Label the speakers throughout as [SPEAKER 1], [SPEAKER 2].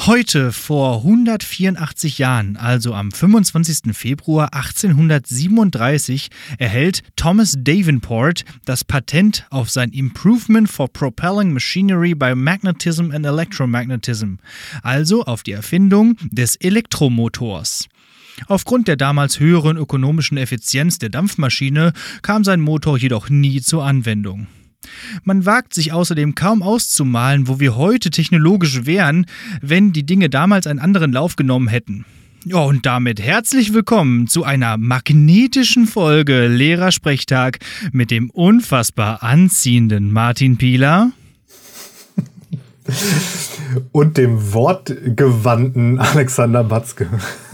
[SPEAKER 1] Heute, vor 184 Jahren, also am 25. Februar 1837, erhält Thomas Davenport das Patent auf sein Improvement for Propelling Machinery by Magnetism and Electromagnetism, also auf die Erfindung des Elektromotors. Aufgrund der damals höheren ökonomischen Effizienz der Dampfmaschine kam sein Motor jedoch nie zur Anwendung. Man wagt sich außerdem kaum auszumalen, wo wir heute technologisch wären, wenn die Dinge damals einen anderen Lauf genommen hätten. Ja, und damit herzlich willkommen zu einer magnetischen Folge Lehrersprechtag mit dem unfassbar anziehenden Martin Pieler
[SPEAKER 2] und dem wortgewandten Alexander Batzke.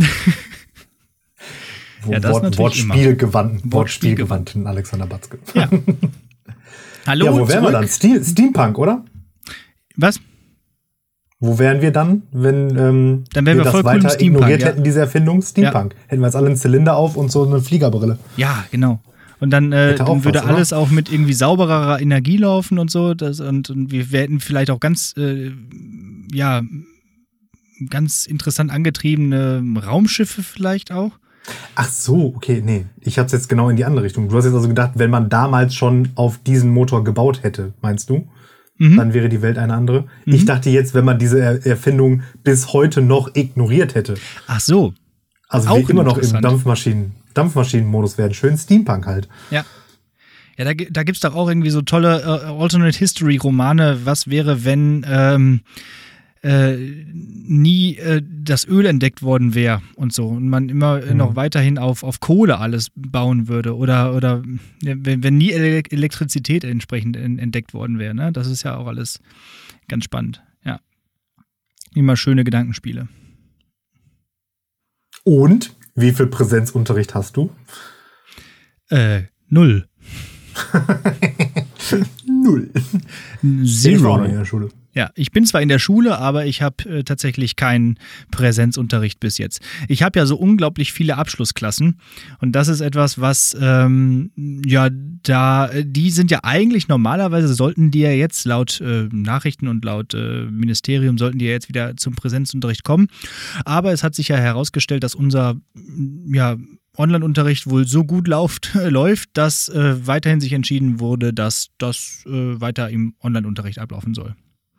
[SPEAKER 1] Ja, das
[SPEAKER 2] Wortspielgewandten Alexander Batzke.
[SPEAKER 1] Ja. Hallo,
[SPEAKER 2] ja, wo wären wir dann? Steampunk, oder?
[SPEAKER 1] Was?
[SPEAKER 2] Wo wären wir dann, wenn
[SPEAKER 1] dann wären wir
[SPEAKER 2] das
[SPEAKER 1] voll
[SPEAKER 2] weiter
[SPEAKER 1] cool im
[SPEAKER 2] ignoriert
[SPEAKER 1] ja.
[SPEAKER 2] hätten, diese Erfindung? Steampunk. Ja. Hätten wir jetzt alle einen Zylinder auf und so eine Fliegerbrille.
[SPEAKER 1] Ja, genau. Und dann würde alles auch mit irgendwie saubererer Energie laufen und so. Und wir hätten vielleicht auch ganz interessant angetriebene Raumschiffe vielleicht auch.
[SPEAKER 2] Ach so, okay, nee. Ich hab's jetzt genau in die andere Richtung. Du hast jetzt also gedacht, wenn man damals schon auf diesen Motor gebaut hätte, meinst du? Dann wäre die Welt eine andere. Ich dachte jetzt, wenn man diese Erfindung bis heute noch ignoriert hätte.
[SPEAKER 1] Ach so.
[SPEAKER 2] Also wir immer noch im Dampfmaschinenmodus werden. Schön Steampunk halt.
[SPEAKER 1] Ja. Ja, da gibt's doch auch irgendwie so tolle Alternate History Romane. Was wäre, wenn nie das Öl entdeckt worden wäre und so und man immer noch weiterhin auf Kohle alles bauen würde oder wenn nie Elektrizität entsprechend entdeckt worden wäre, ne? Das ist ja auch alles ganz spannend, ja. Immer schöne Gedankenspiele.
[SPEAKER 2] Und wie viel Präsenzunterricht hast du?
[SPEAKER 1] 0.
[SPEAKER 2] 0.
[SPEAKER 1] Zero.
[SPEAKER 2] Ich war auch noch in der Schule.
[SPEAKER 1] Ja, ich bin zwar in der Schule, aber ich habe tatsächlich keinen Präsenzunterricht bis jetzt. Ich habe ja so unglaublich viele Abschlussklassen und das ist etwas, was, die sind ja eigentlich normalerweise, sollten die ja jetzt laut Nachrichten und laut Ministerium, sollten die ja jetzt wieder zum Präsenzunterricht kommen. Aber es hat sich ja herausgestellt, dass unser, Online-Unterricht wohl so gut läuft, dass weiterhin sich entschieden wurde, dass das weiter im Online-Unterricht ablaufen soll.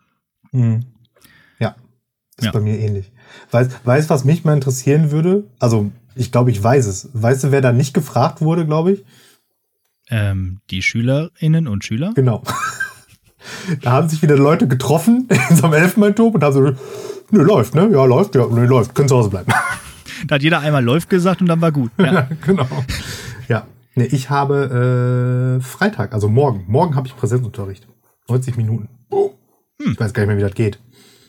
[SPEAKER 2] Ja, das ist bei mir ähnlich. Weißt du, was mich mal interessieren würde? Also, ich glaube, ich weiß es. Weißt du, wer da nicht gefragt wurde, glaube ich?
[SPEAKER 1] Die Schülerinnen und Schüler?
[SPEAKER 2] Genau. Da haben sich wieder Leute getroffen in so einem Elfenbeinturm und haben so, ne, läuft, ne? Ja, läuft, ja, ne, läuft, können zu Hause bleiben.
[SPEAKER 1] Da hat jeder einmal läuft gesagt und dann war gut. Ja,
[SPEAKER 2] genau. Ja, ne, ich habe Freitag, also morgen. Morgen habe ich Präsenzunterricht. 90 Minuten. Ich weiß gar nicht mehr, wie das geht.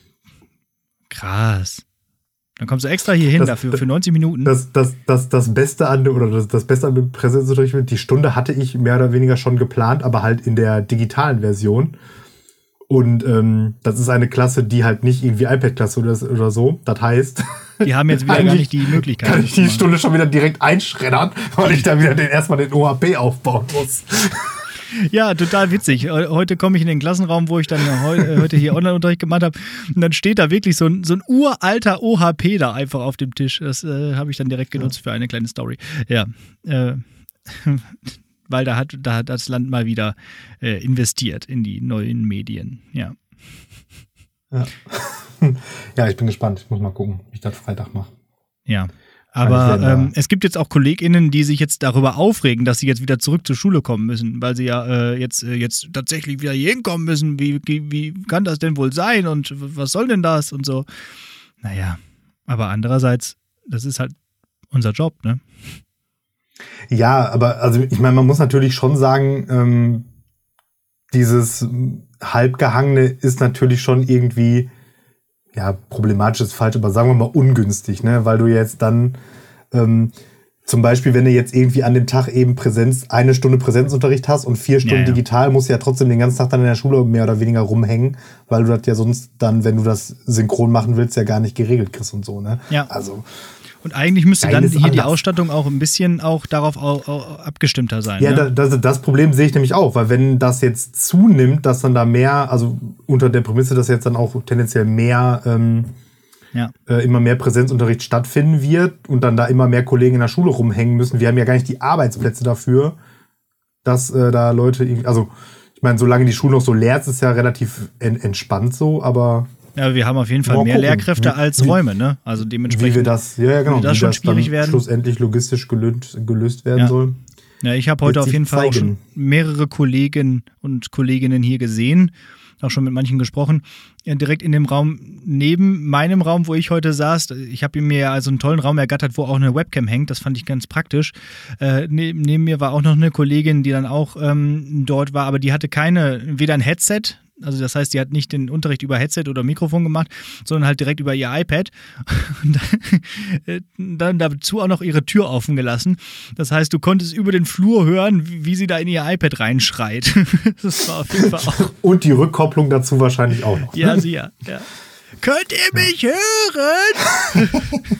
[SPEAKER 1] Krass. Dann kommst du extra hier hin dafür, für 90 Minuten.
[SPEAKER 2] Das Beste an dem Präsenzunterricht, die Stunde hatte ich mehr oder weniger schon geplant, aber halt in der digitalen Version. Und das ist eine Klasse, die halt nicht irgendwie iPad-Klasse oder so. Das heißt,
[SPEAKER 1] die haben jetzt wieder gar nicht die Möglichkeit.
[SPEAKER 2] Kann ich die Stunde schon wieder direkt einschreddern, weil ich da wieder erstmal den OHP aufbauen muss.
[SPEAKER 1] Ja, total witzig. Heute komme ich in den Klassenraum, wo ich dann heute hier Online-Unterricht gemacht habe. Und dann steht da wirklich so ein uralter OHP da einfach auf dem Tisch. Das habe ich dann direkt genutzt für eine kleine Story. Ja, weil da hat das Land mal wieder investiert in die neuen Medien. Ja.
[SPEAKER 2] Ja, ich bin gespannt. Ich muss mal gucken, wie ich das Freitag mache.
[SPEAKER 1] Ja. Aber es gibt jetzt auch KollegInnen, die sich jetzt darüber aufregen, dass sie jetzt wieder zurück zur Schule kommen müssen, weil sie ja jetzt tatsächlich wieder hier hinkommen müssen. Wie kann das denn wohl sein und was soll denn das und so. Naja, aber andererseits, das ist halt unser Job, ne?
[SPEAKER 2] Ja, aber also ich meine, man muss natürlich schon sagen, dieses Halbgehangene ist natürlich schon irgendwie, ja, problematisch ist falsch, aber sagen wir mal ungünstig, ne? Weil du jetzt dann zum Beispiel, wenn du jetzt irgendwie an dem Tag eben eine Stunde Präsenzunterricht hast und 4 Stunden digital, musst du ja trotzdem den ganzen Tag dann in der Schule mehr oder weniger rumhängen, weil du das ja sonst dann, wenn du das synchron machen willst, ja gar nicht geregelt kriegst und so, ne?
[SPEAKER 1] Ja.
[SPEAKER 2] Also
[SPEAKER 1] Und eigentlich müsste dann hier die Ausstattung auch ein bisschen auch darauf abgestimmter sein.
[SPEAKER 2] Ja,
[SPEAKER 1] ne?
[SPEAKER 2] das Problem sehe ich nämlich auch, weil wenn das jetzt zunimmt, dass dann da mehr, also unter der Prämisse, dass jetzt dann auch tendenziell mehr immer mehr Präsenzunterricht stattfinden wird und dann da immer mehr Kollegen in der Schule rumhängen müssen. Wir haben ja gar nicht die Arbeitsplätze dafür, dass da Leute, also ich meine, solange die Schule noch so leer ist, ist ja relativ entspannt so, aber
[SPEAKER 1] ja, wir haben auf jeden Fall mehr Lehrkräfte als Räume, ne? Also dementsprechend.
[SPEAKER 2] Wie wir das, genau,
[SPEAKER 1] wie das schon schwierig werden.
[SPEAKER 2] Schlussendlich logistisch gelöst werden soll.
[SPEAKER 1] Ja, ich habe heute auf jeden Fall auch schon mehrere Kollegen und Kolleginnen hier gesehen, auch schon mit manchen gesprochen. Direkt in dem Raum neben meinem Raum, wo ich heute saß, ich habe mir also einen tollen Raum ergattert, wo auch eine Webcam hängt, das fand ich ganz praktisch. Neben mir war auch noch eine Kollegin, die dann auch dort war, aber die hatte weder ein Headset, also das heißt, die hat nicht den Unterricht über Headset oder Mikrofon gemacht, sondern halt direkt über ihr iPad und dann dazu auch noch ihre Tür offen gelassen. Das heißt, du konntest über den Flur hören, wie sie da in ihr iPad reinschreit. Das war auf jeden Fall auch.
[SPEAKER 2] Und die Rückkopplung dazu wahrscheinlich auch noch.
[SPEAKER 1] Ja, sie ja. Könnt ihr mich hören?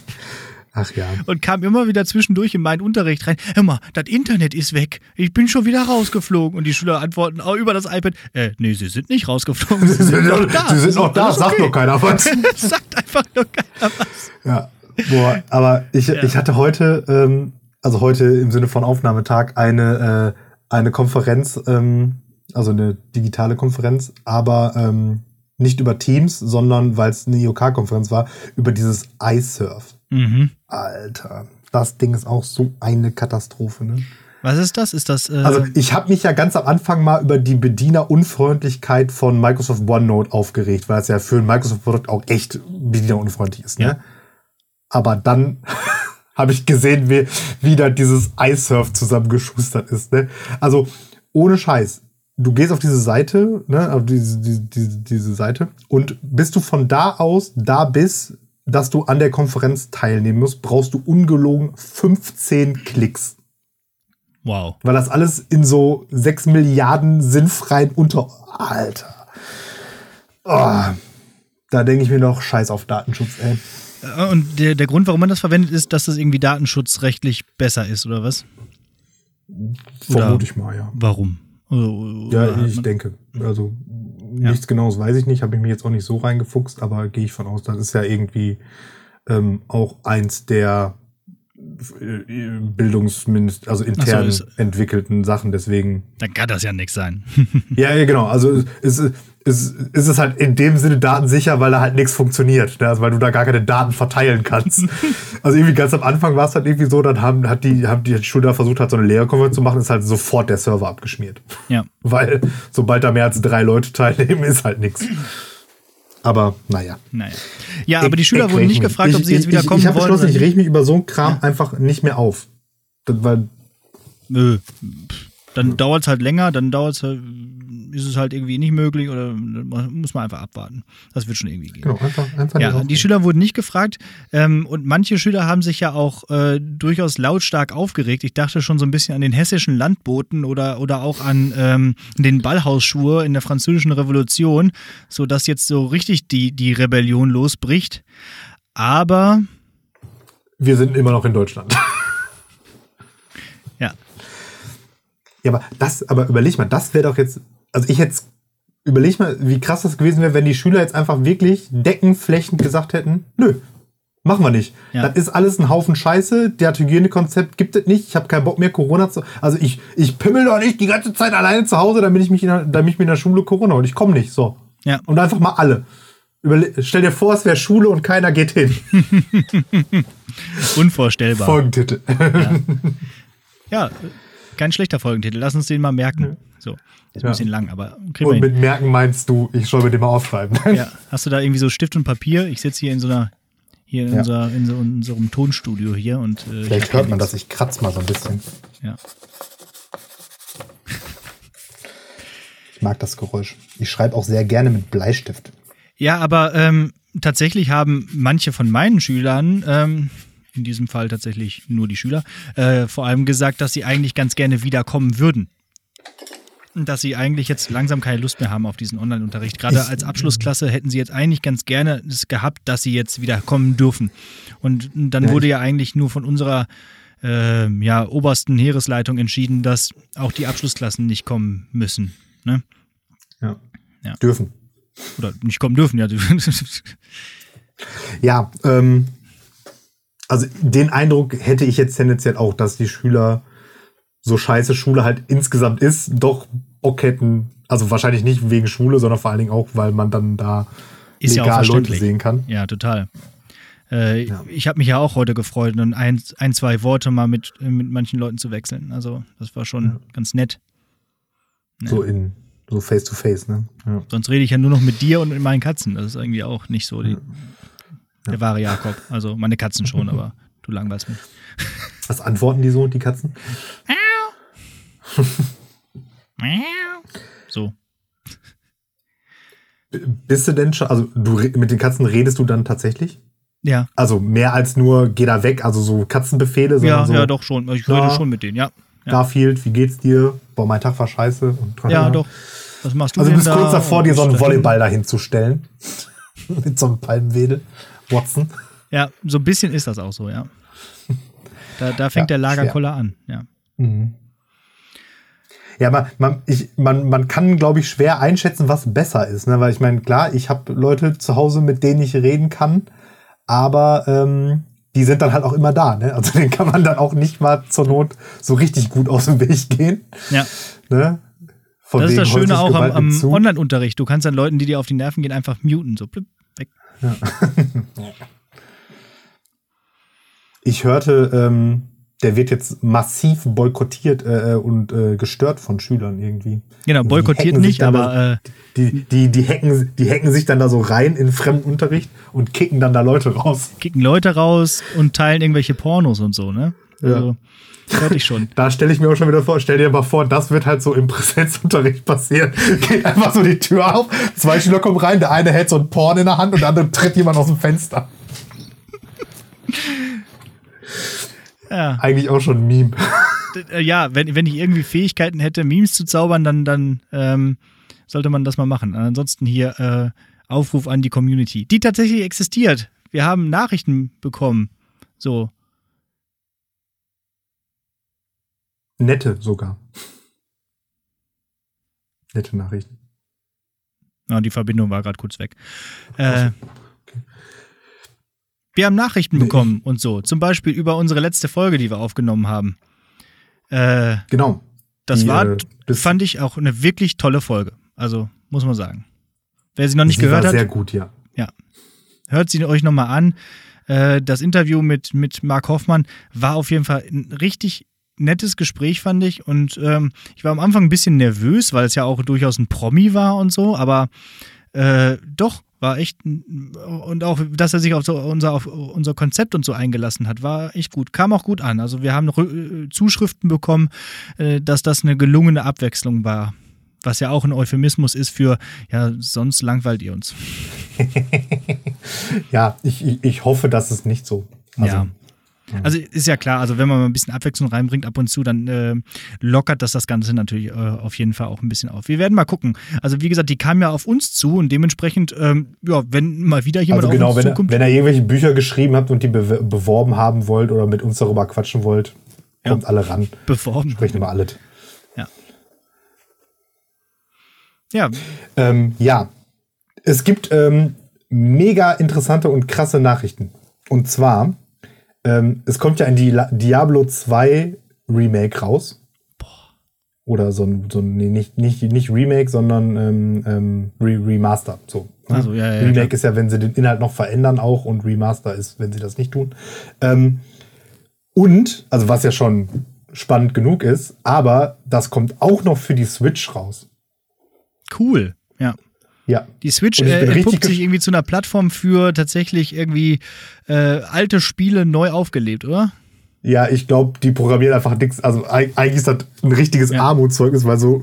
[SPEAKER 2] Ach ja.
[SPEAKER 1] Und kam immer wieder zwischendurch in meinen Unterricht rein. Hör mal, das Internet ist weg. Ich bin schon wieder rausgeflogen. Und die Schüler antworten auch über das iPad. Nee, sie sind nicht rausgeflogen. Sie sind noch da.
[SPEAKER 2] Sie sind noch da. Okay. Sagt doch keiner was.
[SPEAKER 1] Sagt einfach nur keiner was.
[SPEAKER 2] Ja. Boah, aber ich hatte heute, also heute im Sinne von Aufnahmetag, eine Konferenz, also eine digitale Konferenz, aber nicht über Teams, sondern, weil es eine IOK-Konferenz war, über dieses iSurf.
[SPEAKER 1] Mhm.
[SPEAKER 2] Alter, das Ding ist auch so eine Katastrophe, ne?
[SPEAKER 1] Was ist das? Ist das?
[SPEAKER 2] Also ich habe mich ja ganz am Anfang mal über die Bedienerunfreundlichkeit von Microsoft OneNote aufgeregt, weil es ja für ein Microsoft-Produkt auch echt bedienerunfreundlich ist, ne?
[SPEAKER 1] Ja.
[SPEAKER 2] Aber dann habe ich gesehen, wie da dieses iSurf zusammengeschustert ist, ne? Also ohne Scheiß. Du gehst auf diese Seite, ne, auf diese Seite, und bis du von da aus da bist, dass du an der Konferenz teilnehmen musst, brauchst du ungelogen 15 Klicks.
[SPEAKER 1] Wow.
[SPEAKER 2] Weil das alles in so 6 Milliarden sinnfreien Alter. Oh, da denke ich mir noch, scheiß auf Datenschutz, ey.
[SPEAKER 1] Und der Grund, warum man das verwendet, ist, dass das irgendwie datenschutzrechtlich besser ist, oder was?
[SPEAKER 2] Vermute ich mal, ja.
[SPEAKER 1] Warum?
[SPEAKER 2] Ja, ich denke. Also nichts Genaues weiß ich nicht, habe ich mich jetzt auch nicht so reingefuchst, aber gehe ich von aus, das ist ja irgendwie auch eins der also intern entwickelten Sachen, deswegen.
[SPEAKER 1] Dann kann das ja nichts sein.
[SPEAKER 2] Ja, genau. Also ist es halt in dem Sinne datensicher, weil da halt nichts funktioniert, ne? Also, weil du da gar keine Daten verteilen kannst. Also irgendwie ganz am Anfang war es halt irgendwie so, dann hat die Schule versucht, halt so eine Lehrerkonferenz zu machen, ist halt sofort der Server abgeschmiert.
[SPEAKER 1] Ja.
[SPEAKER 2] Weil sobald da mehr als 3 Leute teilnehmen, ist halt nichts. Aber naja.
[SPEAKER 1] Ja, aber die Schüler wurden nicht gefragt, ob sie jetzt wieder kommen wollen.
[SPEAKER 2] Ich habe beschlossen, ich reg mich über so einen Kram einfach nicht mehr auf. Weil
[SPEAKER 1] Nö. Dann dauert es halt länger, ist es halt irgendwie nicht möglich oder muss man einfach abwarten. Das wird schon irgendwie gehen.
[SPEAKER 2] Genau, einfach
[SPEAKER 1] ja, die Schüler wurden nicht gefragt und manche Schüler haben sich ja auch durchaus lautstark aufgeregt. Ich dachte schon so ein bisschen an den hessischen Landboten oder auch an den Ballhausschwur in der Französischen Revolution, sodass jetzt so richtig die Rebellion losbricht. Aber
[SPEAKER 2] wir sind immer noch in Deutschland.
[SPEAKER 1] Ja.
[SPEAKER 2] Ja, aber überleg mal, das wäre doch jetzt, also überleg mal, wie krass das gewesen wäre, wenn die Schüler jetzt einfach wirklich deckenflächend gesagt hätten, nö, machen wir nicht. Ja. Das ist alles ein Haufen Scheiße, das Hygienekonzept gibt es nicht, ich habe keinen Bock mehr Corona zu, also ich pimmel doch nicht die ganze Zeit alleine zu Hause, damit ich mich in der Schule Corona und ich komme nicht, so.
[SPEAKER 1] Ja.
[SPEAKER 2] Und einfach mal alle. Stell dir vor, es wäre Schule und keiner geht hin.
[SPEAKER 1] Unvorstellbar.
[SPEAKER 2] Folgentitel.
[SPEAKER 1] Ja, kein schlechter Folgentitel. Lass uns den mal merken. So, ist ein bisschen lang, aber kriegen wir
[SPEAKER 2] hin. Und
[SPEAKER 1] hin.
[SPEAKER 2] mit merken meinst du, ich soll mir den mal aufschreiben.
[SPEAKER 1] Ja, hast du da irgendwie so Stift und Papier? Ich sitze hier in unserem Tonstudio hier und
[SPEAKER 2] vielleicht hört man das. Ich kratze mal so ein bisschen.
[SPEAKER 1] Ja.
[SPEAKER 2] Ich mag das Geräusch. Ich schreibe auch sehr gerne mit Bleistift.
[SPEAKER 1] Ja, aber tatsächlich haben manche von meinen Schülern in diesem Fall tatsächlich nur die Schüler, vor allem gesagt, dass sie eigentlich ganz gerne wiederkommen würden. Und dass sie eigentlich jetzt langsam keine Lust mehr haben auf diesen Online-Unterricht. Gerade als Abschlussklasse hätten sie jetzt eigentlich ganz gerne es gehabt, dass sie jetzt wieder kommen dürfen. Und dann wurde ja eigentlich nur von unserer obersten Heeresleitung entschieden, dass auch die Abschlussklassen nicht kommen müssen. Ne?
[SPEAKER 2] Ja. Dürfen.
[SPEAKER 1] Oder nicht kommen dürfen, ja.
[SPEAKER 2] Ja, also den Eindruck hätte ich jetzt tendenziell auch, dass die Schüler, so scheiße Schule halt insgesamt ist, doch Bock hätten, also wahrscheinlich nicht wegen Schule, sondern vor allen Dingen auch, weil man dann da
[SPEAKER 1] Ist ja auch
[SPEAKER 2] legal Leute
[SPEAKER 1] verständlich.
[SPEAKER 2] sehen kann.
[SPEAKER 1] Ja, total. Ich habe mich ja auch heute gefreut, und ein, zwei Worte mal mit manchen Leuten zu wechseln. Also das war schon ganz nett. Ja.
[SPEAKER 2] So face to face, ne? Ja.
[SPEAKER 1] Sonst rede ich ja nur noch mit dir und mit meinen Katzen. Das ist irgendwie auch nicht so der wahre Jakob. Also meine Katzen schon, aber du langweilst mich.
[SPEAKER 2] Was antworten die so, die Katzen?
[SPEAKER 1] So.
[SPEAKER 2] Bist du denn schon, also mit den Katzen redest du dann tatsächlich?
[SPEAKER 1] Ja.
[SPEAKER 2] Also mehr als nur geh da weg, also so Katzenbefehle, sondern so.
[SPEAKER 1] Ja, doch schon. Ich rede schon mit denen, ja.
[SPEAKER 2] Garfield, wie geht's dir? Boah, mein Tag war scheiße.
[SPEAKER 1] Ja, doch. Was machst du
[SPEAKER 2] also
[SPEAKER 1] denn
[SPEAKER 2] du bist kurz davor, dir so einen Volleyball dahin zu stellen. Mit so einem Palmwedel. Watson.
[SPEAKER 1] Ja, so ein bisschen ist das auch so, ja. Da fängt der Lagerkoller an, ja.
[SPEAKER 2] Mhm. Ja, man kann, glaube ich, schwer einschätzen, was besser ist. Ne? Weil ich meine, klar, ich habe Leute zu Hause, mit denen ich reden kann, aber die sind dann halt auch immer da. Ne? Also den kann man dann auch nicht mal zur Not so richtig gut aus dem Weg gehen.
[SPEAKER 1] Ja.
[SPEAKER 2] Ne?
[SPEAKER 1] Das ist das Schöne auch am Online-Unterricht. Du kannst dann Leuten, die dir auf die Nerven gehen, einfach muten. So, blip, weg.
[SPEAKER 2] Ja. Ich hörte, der wird jetzt massiv boykottiert und gestört von Schülern irgendwie.
[SPEAKER 1] Genau, boykottiert nicht, aber
[SPEAKER 2] die hacken sich dann da so rein in fremden Unterricht und kicken dann da Leute raus.
[SPEAKER 1] Kicken Leute raus und teilen irgendwelche Pornos und so, ne? Also, fertig schon.
[SPEAKER 2] Da stelle ich mir auch schon wieder vor, stell dir mal vor, das wird halt so im Präsenzunterricht passieren. Geht einfach so die Tür auf, 2 Schüler kommen rein, der eine hält so ein Porn in der Hand und der andere tritt jemand aus dem Fenster. Ja. Eigentlich auch schon ein Meme.
[SPEAKER 1] Ja, wenn ich irgendwie Fähigkeiten hätte, Memes zu zaubern, dann sollte man das mal machen. Ansonsten hier Aufruf an die Community, die tatsächlich existiert. Wir haben Nachrichten bekommen. So.
[SPEAKER 2] Nette sogar. Nette Nachrichten.
[SPEAKER 1] Ja, die Verbindung war gerade kurz weg. Okay. Wir haben Nachrichten bekommen und so. Zum Beispiel über unsere letzte Folge, die wir aufgenommen haben.
[SPEAKER 2] Genau.
[SPEAKER 1] Das fand ich auch eine wirklich tolle Folge. Also, muss man sagen. Wer sie noch nicht gehört hat.
[SPEAKER 2] Sehr gut, ja.
[SPEAKER 1] Ja. Hört sie euch nochmal an. Das Interview mit Mark Hoffmann war auf jeden Fall ein richtig nettes Gespräch, fand ich. Und ich war am Anfang ein bisschen nervös, weil es ja auch durchaus ein Promi war und so. Aber doch, war echt, und auch, dass er sich auf unser Konzept und so eingelassen hat, war echt gut. Kam auch gut an. Also wir haben noch Zuschriften bekommen, dass das eine gelungene Abwechslung war. Was ja auch ein Euphemismus ist für, ja, sonst langweilt ihr uns.
[SPEAKER 2] Ja, ich hoffe, dass es nicht so.
[SPEAKER 1] Also ist ja klar, also wenn man mal ein bisschen Abwechslung reinbringt ab und zu, dann lockert das Ganze natürlich auf jeden Fall auch ein bisschen auf. Wir werden mal gucken. Also wie gesagt, die kamen ja auf uns zu und dementsprechend, wenn mal wieder jemand auf uns zukommt.
[SPEAKER 2] Wenn ihr irgendwelche Bücher geschrieben habt und die beworben haben wollt oder mit uns darüber quatschen wollt, kommt alle ran.
[SPEAKER 1] Beworben.
[SPEAKER 2] Sprechen über alles.
[SPEAKER 1] Ja.
[SPEAKER 2] Ja. Es gibt mega interessante und krasse Nachrichten. Und zwar es kommt ja ein Diablo 2 Remake raus.
[SPEAKER 1] Boah.
[SPEAKER 2] Oder nicht Remake, sondern Remaster. So, ne?
[SPEAKER 1] Also, ja,
[SPEAKER 2] Remake ist ja, wenn sie den Inhalt noch verändern auch, und Remaster ist, wenn sie das nicht tun. Und, also was ja schon spannend genug ist, aber das kommt auch noch für die Switch raus.
[SPEAKER 1] Cool, ja.
[SPEAKER 2] Ja.
[SPEAKER 1] Die Switch entpuppt sich irgendwie zu einer Plattform für tatsächlich irgendwie alte Spiele neu aufgelebt, oder?
[SPEAKER 2] Ja, ich glaube, die programmieren einfach nichts. Also eigentlich ist das ein richtiges Armutszeugnis, weil so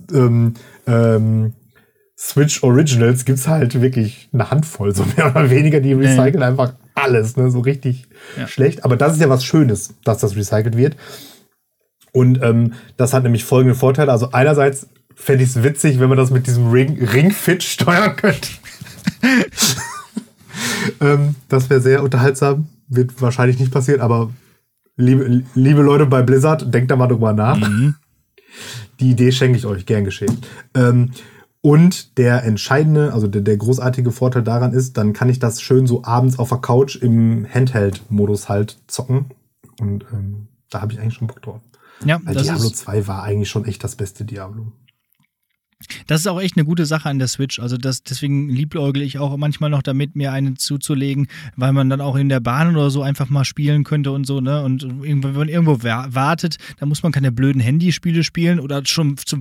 [SPEAKER 2] Switch Originals gibt's halt wirklich eine Handvoll, so mehr oder weniger. Die recyceln einfach alles, ne? So richtig schlecht. Aber das ist ja was Schönes, dass das recycelt wird. Und das hat nämlich folgende Vorteile. Also einerseits fände ich es witzig, wenn man das mit diesem Ring-Fit steuern könnte. Das wäre sehr unterhaltsam. Wird wahrscheinlich nicht passieren, aber liebe Leute bei Blizzard, denkt da mal drüber nach. Mhm. Die Idee schenke ich euch, gern geschehen. Und der entscheidende, also der großartige Vorteil daran ist, dann kann ich das schön so abends auf der Couch im Handheld-Modus halt zocken. Und da habe ich eigentlich schon Bock drauf.
[SPEAKER 1] Ja,
[SPEAKER 2] weil Diablo 2 war eigentlich schon echt das beste Diablo.
[SPEAKER 1] Das ist auch echt eine gute Sache an der Switch. Also deswegen liebäugle ich auch manchmal noch damit, mir eine zuzulegen, weil man dann auch in der Bahn oder so einfach mal spielen könnte und so, ne? Und wenn man irgendwo wartet, dann muss man keine blöden Handyspiele spielen oder schon zum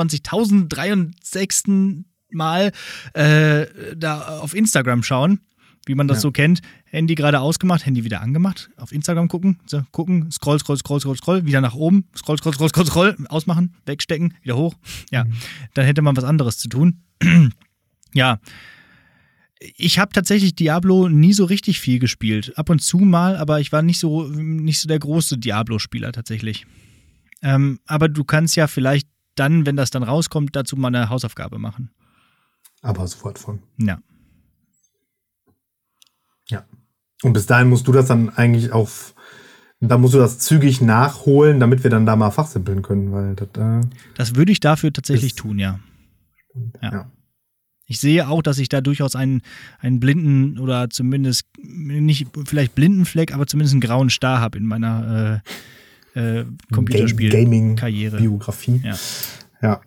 [SPEAKER 1] 25.063. Mal da auf Instagram schauen, wie man das so kennt. Handy gerade ausgemacht, Handy wieder angemacht, auf Instagram gucken, scroll, wieder nach oben, scroll, ausmachen, wegstecken, wieder hoch. Ja, dann hätte man was anderes zu tun. Ja, ich habe tatsächlich Diablo nie so richtig viel gespielt. Ab und zu mal, aber ich war nicht so der große Diablo-Spieler tatsächlich. Aber du kannst ja vielleicht dann, wenn das dann rauskommt, dazu mal eine Hausaufgabe machen.
[SPEAKER 2] Aber sofort von.
[SPEAKER 1] Ja.
[SPEAKER 2] Ja. Und bis dahin musst du das dann eigentlich da musst du das zügig nachholen, damit wir dann da mal fachsimpeln können, weil
[SPEAKER 1] das würde ich dafür tatsächlich tun, ja.
[SPEAKER 2] Ja.
[SPEAKER 1] Ich sehe auch, dass ich da durchaus einen blinden oder zumindest nicht vielleicht blinden Fleck, aber zumindest einen grauen Star habe in meiner Computerspiel-Karriere.
[SPEAKER 2] Biografie. Ja.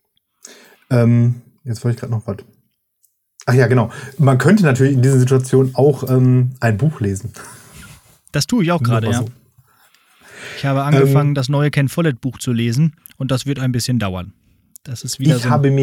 [SPEAKER 2] Jetzt wollte ich gerade noch was. Ach ja, genau. Man könnte natürlich in dieser Situation auch ein Buch lesen.
[SPEAKER 1] Das tue ich auch gerade, ja. So. Ich habe angefangen, das neue Ken Follett-Buch zu lesen und das wird ein bisschen dauern. Das ist wieder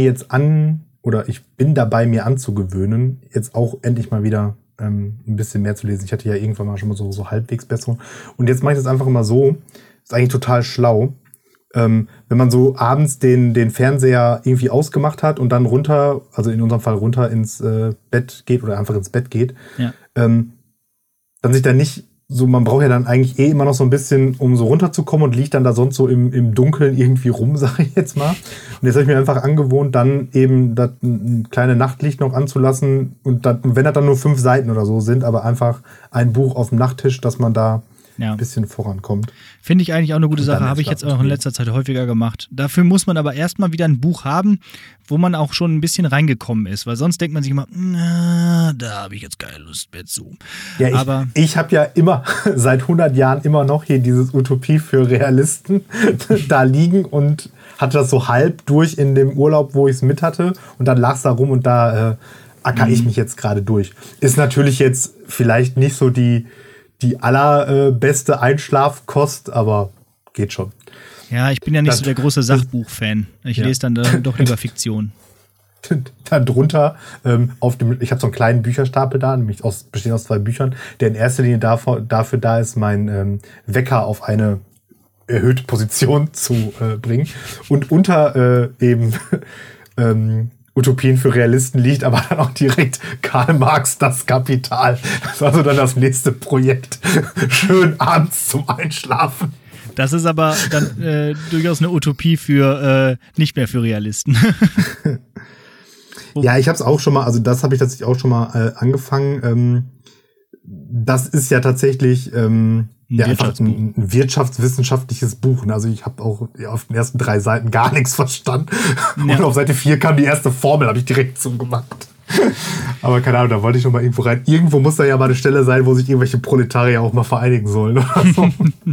[SPEAKER 2] ich bin dabei, mir anzugewöhnen, jetzt auch endlich mal wieder ein bisschen mehr zu lesen. Ich hatte ja irgendwann mal schon mal so halbwegs Besserung. Und jetzt mache ich das einfach immer so. Ist eigentlich total schlau. Wenn man so abends den Fernseher irgendwie ausgemacht hat und dann runter, also in unserem Fall runter ins Bett geht oder einfach ins Bett geht, dann sich dann nicht so, man braucht ja dann eigentlich immer noch so ein bisschen, um so runterzukommen und liegt dann da sonst so im Dunkeln irgendwie rum, sage ich jetzt mal. Und jetzt habe ich mir einfach angewohnt, dann eben das ein kleines Nachtlicht noch anzulassen und wenn das dann nur 5 Seiten oder so sind, aber einfach ein Buch auf dem Nachttisch, dass man da ein bisschen vorankommt.
[SPEAKER 1] Finde ich eigentlich auch eine gute Sache, habe ich jetzt auch in letzter Zeit häufiger gemacht. Dafür muss man aber erstmal wieder ein Buch haben, wo man auch schon ein bisschen reingekommen ist, weil sonst denkt man sich immer, da habe ich jetzt keine Lust mehr zu.
[SPEAKER 2] Ja, ich habe ja immer, seit 100 Jahren immer noch hier dieses Utopie für Realisten da liegen und hatte das so halb durch in dem Urlaub, wo ich es mit hatte und dann lag es da rum und da acker ich mich jetzt gerade durch. Ist natürlich jetzt vielleicht nicht so die allerbeste Einschlafkost, aber geht schon.
[SPEAKER 1] Ja, ich bin ja nicht so der große Sachbuch-Fan. Ich lese dann doch lieber Fiktion.
[SPEAKER 2] Dann drunter, ich habe so einen kleinen Bücherstapel da, nämlich besteht aus 2 Büchern, der in erster Linie dafür da ist, mein Wecker auf eine erhöhte Position zu bringen. Und unter eben Utopien für Realisten liegt aber dann auch direkt Karl Marx, das Kapital. Das war so dann das nächste Projekt. Schön abends zum Einschlafen.
[SPEAKER 1] Das ist aber dann durchaus eine Utopie für nicht mehr für Realisten.
[SPEAKER 2] Ja, ich habe es auch schon mal, also das habe ich tatsächlich auch schon mal angefangen. Das ist ja tatsächlich einfach ein wirtschaftswissenschaftliches Buch. Also ich habe auch auf den ersten 3 Seiten gar nichts verstanden. Ja. Und auf Seite 4 kam die erste Formel, habe ich direkt so gemacht. Aber keine Ahnung, da wollte ich noch mal irgendwo rein. Irgendwo muss da ja mal eine Stelle sein, wo sich irgendwelche Proletarier auch mal vereinigen sollen. Oder so.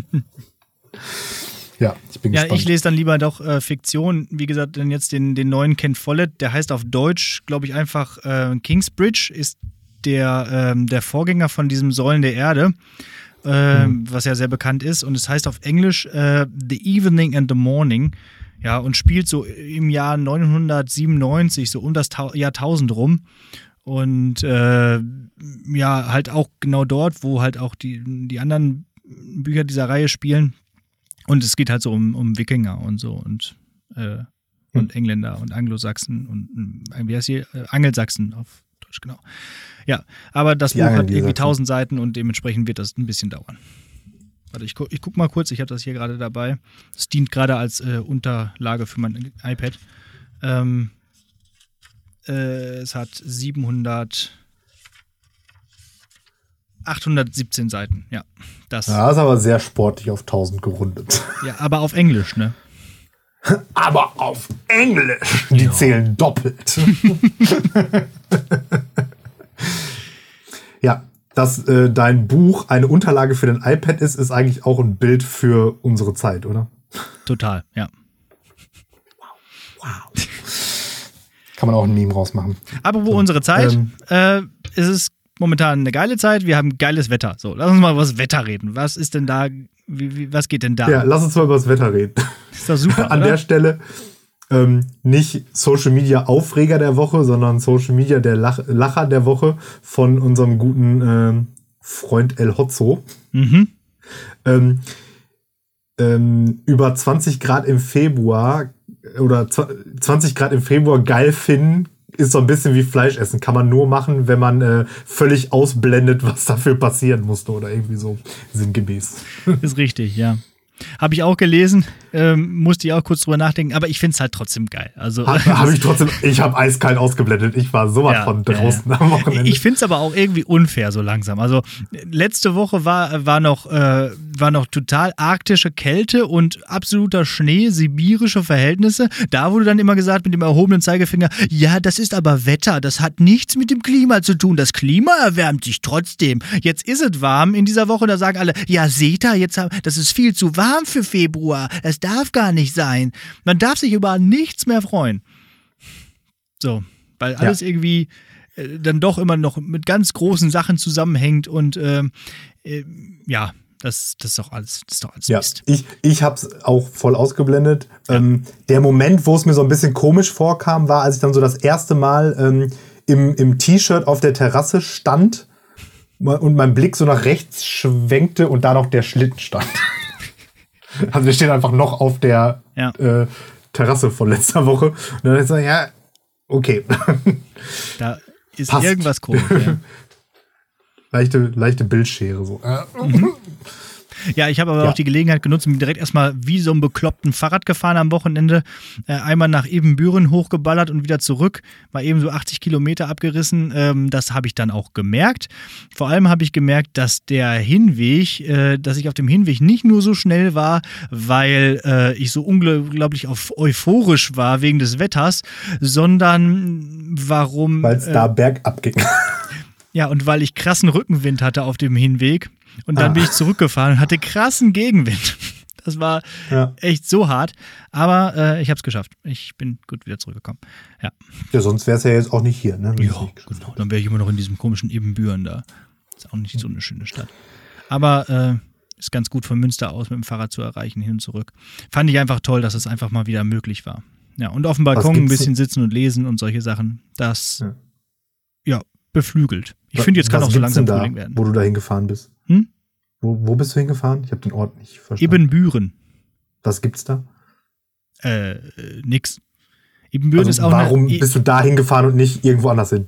[SPEAKER 2] Ja, ich bin gespannt.
[SPEAKER 1] Ja, ich lese dann lieber doch Fiktion. Wie gesagt, dann jetzt den neuen Ken Follett. Der heißt auf Deutsch, glaube ich, einfach Kingsbridge. Ist der Vorgänger von diesem Säulen der Erde. Was ja sehr bekannt ist. Und es heißt auf Englisch The Evening and the Morning. Ja, und spielt so im Jahr 997, so um das Jahrtausend rum. Und halt auch genau dort, wo halt auch die anderen Bücher dieser Reihe spielen. Und es geht halt so um Wikinger und so und Engländer und Anglosachsen und wie heißt hier? Angelsachsen auf Deutsch, genau. Ja, aber das Buch hat irgendwie 1000 Seiten und dementsprechend wird das ein bisschen dauern. Warte, ich guck mal kurz, ich habe das hier gerade dabei. Es dient gerade als Unterlage für mein iPad. Es hat 817 Seiten, ja. Das
[SPEAKER 2] ist aber sehr sportlich auf 1000 gerundet.
[SPEAKER 1] Ja, aber auf Englisch, ne?
[SPEAKER 2] Aber auf Englisch. Die zählen doppelt. Ja, dass dein Buch eine Unterlage für dein iPad ist eigentlich auch ein Bild für unsere Zeit, oder?
[SPEAKER 1] Total, ja.
[SPEAKER 2] Wow. Kann man auch ein Meme rausmachen.
[SPEAKER 1] Apropos unsere Zeit, es ist momentan eine geile Zeit, wir haben geiles Wetter. So, lass uns mal über das Wetter reden. Was ist denn da, was geht denn da?
[SPEAKER 2] Ja, lass uns mal über das Wetter reden.
[SPEAKER 1] Ist doch super,
[SPEAKER 2] An
[SPEAKER 1] oder?
[SPEAKER 2] der Stelle nicht Social Media Aufreger der Woche, sondern Social Media der Lacher der Woche von unserem guten Freund El Hotzo.
[SPEAKER 1] Mhm.
[SPEAKER 2] Über 20 Grad im Februar oder 20 Grad im Februar geil finden, ist so ein bisschen wie Fleisch essen. Kann man nur machen, wenn man völlig ausblendet, was dafür passieren musste oder irgendwie so sinngemäß.
[SPEAKER 1] Ist richtig, ja. Habe ich auch gelesen, musste ich auch kurz drüber nachdenken, aber ich finde es halt trotzdem geil. Also,
[SPEAKER 2] Ich habe eiskalt ausgeblendet. Ich war sowas von draußen am Wochenende.
[SPEAKER 1] Ich finde es aber auch irgendwie unfair so langsam. Also letzte Woche war noch total arktische Kälte und absoluter Schnee, sibirische Verhältnisse. Da wurde dann immer gesagt mit dem erhobenen Zeigefinger, ja, das ist aber Wetter, das hat nichts mit dem Klima zu tun. Das Klima erwärmt sich trotzdem. Jetzt ist es warm in dieser Woche, da sagen alle, ja, seht ihr, das ist viel zu warm für Februar. Es darf gar nicht sein. Man darf sich über nichts mehr freuen. So, weil alles irgendwie dann doch immer noch mit ganz großen Sachen zusammenhängt und ja, das ist doch alles Mist.
[SPEAKER 2] Ich habe es auch voll ausgeblendet. Ja. Der Moment, wo es mir so ein bisschen komisch vorkam, war, als ich dann so das erste Mal im T-Shirt auf der Terrasse stand und mein Blick so nach rechts schwenkte und da noch der Schlitten stand. Also wir stehen einfach noch auf der Terrasse von letzter Woche. Und dann ist so, ja, okay.
[SPEAKER 1] Da ist
[SPEAKER 2] passt.
[SPEAKER 1] Irgendwas komisch. Ja.
[SPEAKER 2] Leichte Bildschere. So.
[SPEAKER 1] Ja, ich habe aber auch die Gelegenheit genutzt und bin direkt erstmal wie so ein bekloppten Fahrrad gefahren am Wochenende. Einmal nach Ebenbüren hochgeballert und wieder zurück. Mal eben so 80 Kilometer abgerissen. Das habe ich dann auch gemerkt. Vor allem habe ich gemerkt, dass dass ich auf dem Hinweg nicht nur so schnell war, weil ich so unglaublich euphorisch war wegen des Wetters, sondern weil es
[SPEAKER 2] da bergab ging.
[SPEAKER 1] Ja, und weil ich krassen Rückenwind hatte auf dem Hinweg. Und dann bin ich zurückgefahren und hatte krassen Gegenwind. Das war echt so hart. Aber ich habe es geschafft. Ich bin gut wieder zurückgekommen. Ja,
[SPEAKER 2] sonst wäre es ja jetzt auch nicht hier. Ne?
[SPEAKER 1] Ja, genau. Dann wäre ich immer noch in diesem komischen Ebenbüren da. Ist auch nicht so eine schöne Stadt. Aber ist ganz gut von Münster aus mit dem Fahrrad zu erreichen, hin und zurück. Fand ich einfach toll, dass es einfach mal wieder möglich war. Ja, und auf dem Balkon ein bisschen sitzen und lesen und solche Sachen. Das, beflügelt. Ich finde, jetzt kann auch so langsam Frühling werden.
[SPEAKER 2] Wo du da hingefahren bist? Wo bist du hingefahren? Ich habe den Ort nicht verstanden.
[SPEAKER 1] Ebenbüren.
[SPEAKER 2] Was gibt's da?
[SPEAKER 1] Nix. Ebenbüren ist auch
[SPEAKER 2] warum bist du da hingefahren und nicht irgendwo anders hin?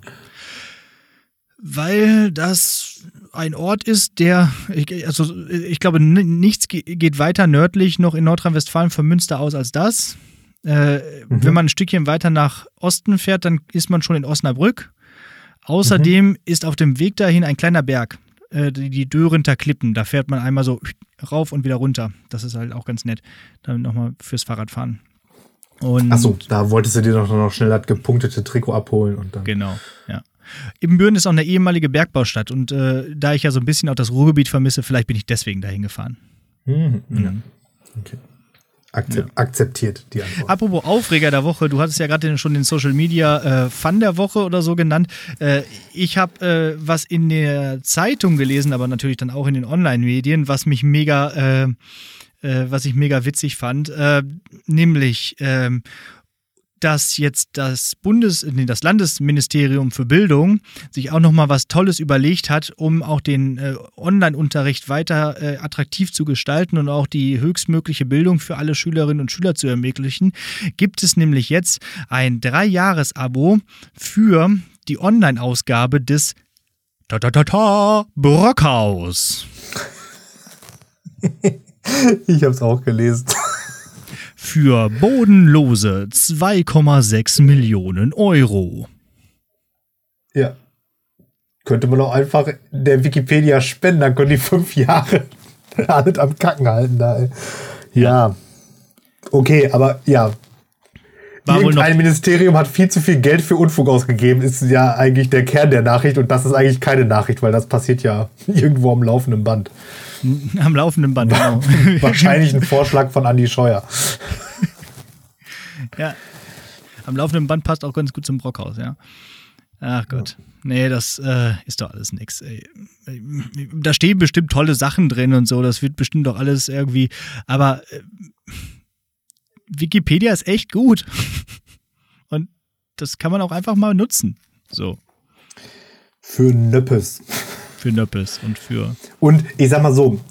[SPEAKER 1] Weil das ein Ort ist, ich glaube, nichts geht weiter nördlich noch in Nordrhein-Westfalen von Münster aus als das. Wenn man ein Stückchen weiter nach Osten fährt, dann ist man schon in Osnabrück. Außerdem ist auf dem Weg dahin ein kleiner Berg, die Dörenther Klippen. Da fährt man einmal so rauf und wieder runter. Das ist halt auch ganz nett. Dann nochmal fürs Fahrradfahren.
[SPEAKER 2] Achso, da wolltest du dir doch noch schnell das gepunktete Trikot abholen. Und dann.
[SPEAKER 1] Genau, ja. Ebenbüren ist auch eine ehemalige Bergbaustadt. Und da ich ja so ein bisschen auch das Ruhrgebiet vermisse, vielleicht bin ich deswegen dahin gefahren.
[SPEAKER 2] Ja. Okay. Akzeptiert die Antwort.
[SPEAKER 1] Apropos Aufreger der Woche, du hattest ja gerade schon den Social Media Fun der Woche oder so genannt. Ich habe was in der Zeitung gelesen, aber natürlich dann auch in den Online-Medien, was ich mega witzig fand, nämlich dass jetzt das Landesministerium für Bildung sich auch nochmal was Tolles überlegt hat, um auch den Online-Unterricht weiter attraktiv zu gestalten und auch die höchstmögliche Bildung für alle Schülerinnen und Schüler zu ermöglichen, gibt es nämlich jetzt ein 3-Jahres-Abo für die Online-Ausgabe des Brockhaus.
[SPEAKER 2] Ich habe es auch gelesen.
[SPEAKER 1] Für bodenlose 2,6 Millionen Euro.
[SPEAKER 2] Ja. Könnte man auch einfach der Wikipedia spenden, dann können die 5 Jahre alles am Kacken halten da. Ey. Ja. Okay, aber ja.
[SPEAKER 1] War wohl noch
[SPEAKER 2] Irgendein Ministerium hat viel zu viel Geld für Unfug ausgegeben, ist ja eigentlich der Kern der Nachricht und das ist eigentlich keine Nachricht, weil das passiert ja irgendwo am laufenden Band.
[SPEAKER 1] am laufenden Band, genau.
[SPEAKER 2] Wahrscheinlich ein Vorschlag von Andi Scheuer.
[SPEAKER 1] Ja, am laufenden Band passt auch ganz gut zum Brockhaus, ja. Ach Gott. Nee, das ist doch alles nix. Ey. Da stehen bestimmt tolle Sachen drin und so, das wird bestimmt doch alles irgendwie, aber Wikipedia ist echt gut. Und das kann man auch einfach mal nutzen. So.
[SPEAKER 2] Für Nöppes.
[SPEAKER 1] Für Nöppes und für...
[SPEAKER 2] Und ich sag mal so,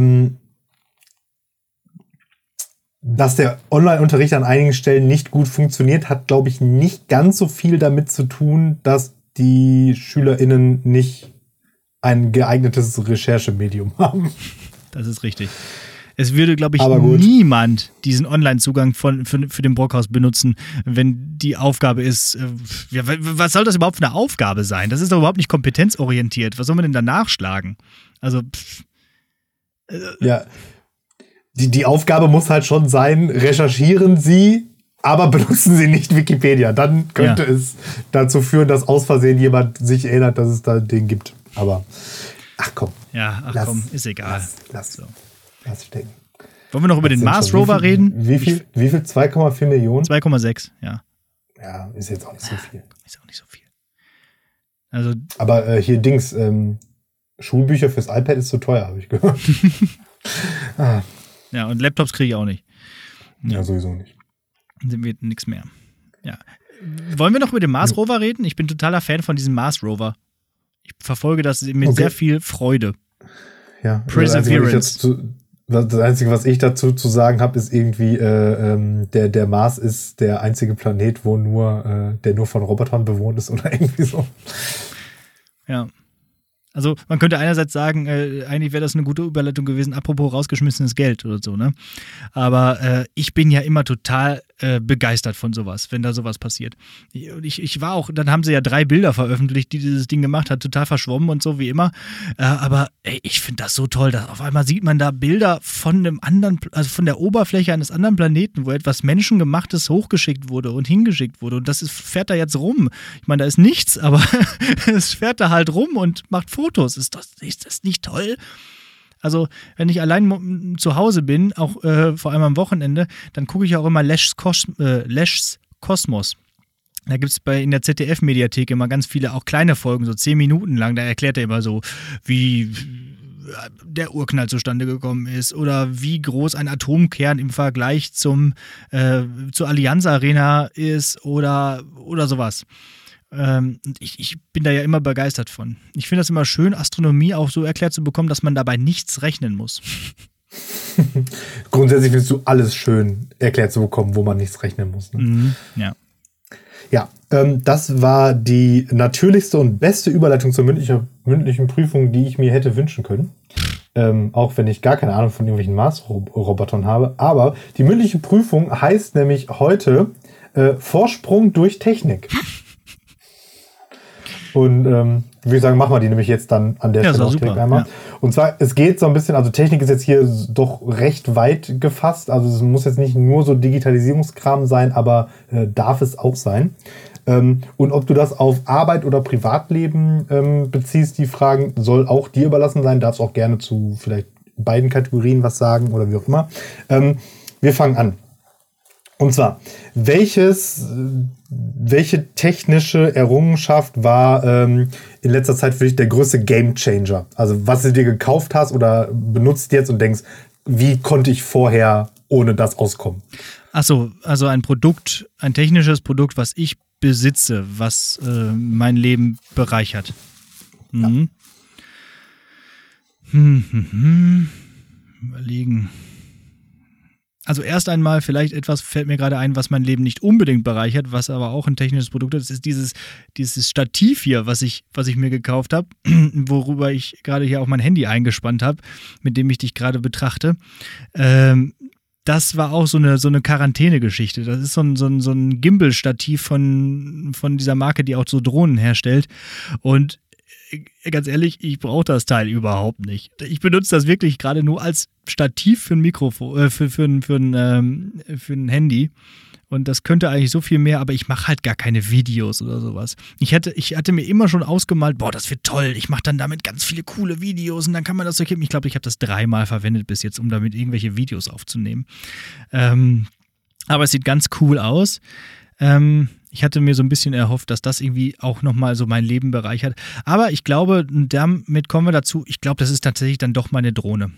[SPEAKER 2] dass der Online-Unterricht an einigen Stellen nicht gut funktioniert, hat, glaube ich, nicht ganz so viel damit zu tun, dass die SchülerInnen nicht ein geeignetes Recherchemedium haben. Das
[SPEAKER 1] ist richtig. Es würde, glaube ich, niemand diesen Online-Zugang für den Brockhaus benutzen, wenn die Aufgabe ist, was soll das überhaupt für eine Aufgabe sein? Das ist doch überhaupt nicht kompetenzorientiert. Was soll man denn da nachschlagen? Also,
[SPEAKER 2] ja, die Aufgabe muss halt schon sein, recherchieren Sie, aber benutzen Sie nicht Wikipedia. Dann könnte es dazu führen, dass aus Versehen jemand sich erinnert, dass es da den gibt. Aber, ach komm.
[SPEAKER 1] Ja, ist egal.
[SPEAKER 2] Lass stecken.
[SPEAKER 1] Wollen wir noch über den Mars Rover reden?
[SPEAKER 2] Wie viel? 2,4 Millionen?
[SPEAKER 1] 2,6, ja.
[SPEAKER 2] Ja, ist jetzt auch nicht so viel.
[SPEAKER 1] Ist auch nicht so viel. Also,
[SPEAKER 2] aber hier Dings, Schulbücher fürs iPad ist zu teuer, habe ich gehört.
[SPEAKER 1] Ja, und Laptops kriege ich auch nicht.
[SPEAKER 2] Ja, sowieso nicht.
[SPEAKER 1] Dann wird nichts mehr. Ja. Wollen wir noch über den Mars Rover reden? Ich bin totaler Fan von diesem Mars Rover. Ich verfolge das mit sehr viel Freude.
[SPEAKER 2] Ja,
[SPEAKER 1] Perseverance.
[SPEAKER 2] Das Einzige, was ich dazu zu sagen habe, ist irgendwie, der Mars ist der einzige Planet, der nur von Robotern bewohnt ist oder irgendwie so.
[SPEAKER 1] Ja. Also man könnte einerseits sagen, eigentlich wäre das eine gute Überleitung gewesen, apropos rausgeschmissenes Geld oder so, ne? Aber ich bin ja immer total begeistert von sowas, wenn da sowas passiert. Ich war auch, dann haben sie ja 3 Bilder veröffentlicht, die dieses Ding gemacht hat, total verschwommen und so wie immer. Aber ich finde das so toll, dass auf einmal sieht man da Bilder von einem anderen, also von der Oberfläche eines anderen Planeten, wo etwas Menschengemachtes hochgeschickt wurde und hingeschickt wurde. Und das fährt da jetzt rum. Ich meine, da ist nichts, aber es fährt da halt rum und macht Fotos. Ist das nicht toll? Also, wenn ich allein zu Hause bin, auch vor allem am Wochenende, dann gucke ich auch immer Lesch's Kosmos. Da gibt es in der ZDF-Mediathek immer ganz viele, auch kleine Folgen, so 10 Minuten lang. Da erklärt er immer so, wie der Urknall zustande gekommen ist oder wie groß ein Atomkern im Vergleich zur Allianz Arena ist oder sowas. Ich bin da ja immer begeistert von. Ich finde das immer schön, Astronomie auch so erklärt zu bekommen, dass man dabei nichts rechnen muss.
[SPEAKER 2] Grundsätzlich findest du alles schön erklärt zu bekommen, wo man nichts rechnen muss. Ne?
[SPEAKER 1] Ja.
[SPEAKER 2] Ja, das war die natürlichste und beste Überleitung zur mündlichen Prüfung, die ich mir hätte wünschen können. Auch wenn ich gar keine Ahnung von irgendwelchen Mars-Robotern habe. Aber die mündliche Prüfung heißt nämlich heute Vorsprung durch Technik. Und würde ich sagen, machen wir die nämlich jetzt dann an der Stelle auch direkt einmal. Ja. Und zwar, es geht so ein bisschen, also Technik ist jetzt hier doch recht weit gefasst. Also es muss jetzt nicht nur so Digitalisierungskram sein, aber darf es auch sein. Und ob du das auf Arbeit oder Privatleben beziehst, die Fragen, soll auch dir überlassen sein. Darfst auch gerne zu vielleicht beiden Kategorien was sagen oder wie auch immer. Wir fangen an. Und zwar, welche technische Errungenschaft war in letzter Zeit für dich der größte Gamechanger? Also was du dir gekauft hast oder benutzt jetzt und denkst, wie konnte ich vorher ohne das auskommen?
[SPEAKER 1] Achso, also ein technisches Produkt, was ich besitze, was mein Leben bereichert. Mhm. Ja. Überlegen. Also erst einmal vielleicht etwas fällt mir gerade ein, was mein Leben nicht unbedingt bereichert, was aber auch ein technisches Produkt ist. Das ist dieses Stativ hier, was ich mir gekauft habe, worüber ich gerade hier auch mein Handy eingespannt habe, mit dem ich dich gerade betrachte. Das war auch so eine Quarantäne-Geschichte. Das ist so ein Gimbal-Stativ von dieser Marke, die auch so Drohnen herstellt. Und ganz ehrlich, ich brauche das Teil überhaupt nicht. Ich benutze das wirklich gerade nur als Stativ für ein Mikrofon, für ein Handy. Und das könnte eigentlich so viel mehr, aber ich mache halt gar keine Videos oder sowas. Ich hatte mir immer schon ausgemalt, boah, das wird toll. Ich mache dann damit ganz viele coole Videos und dann kann man das so kippen. Ich glaube, ich habe das 3-mal verwendet bis jetzt, um damit irgendwelche Videos aufzunehmen. Aber es sieht ganz cool aus. Ich hatte mir so ein bisschen erhofft, dass das irgendwie auch nochmal so mein Leben bereichert. Aber ich glaube, damit kommen wir dazu, ich glaube, das ist tatsächlich dann doch meine Drohne.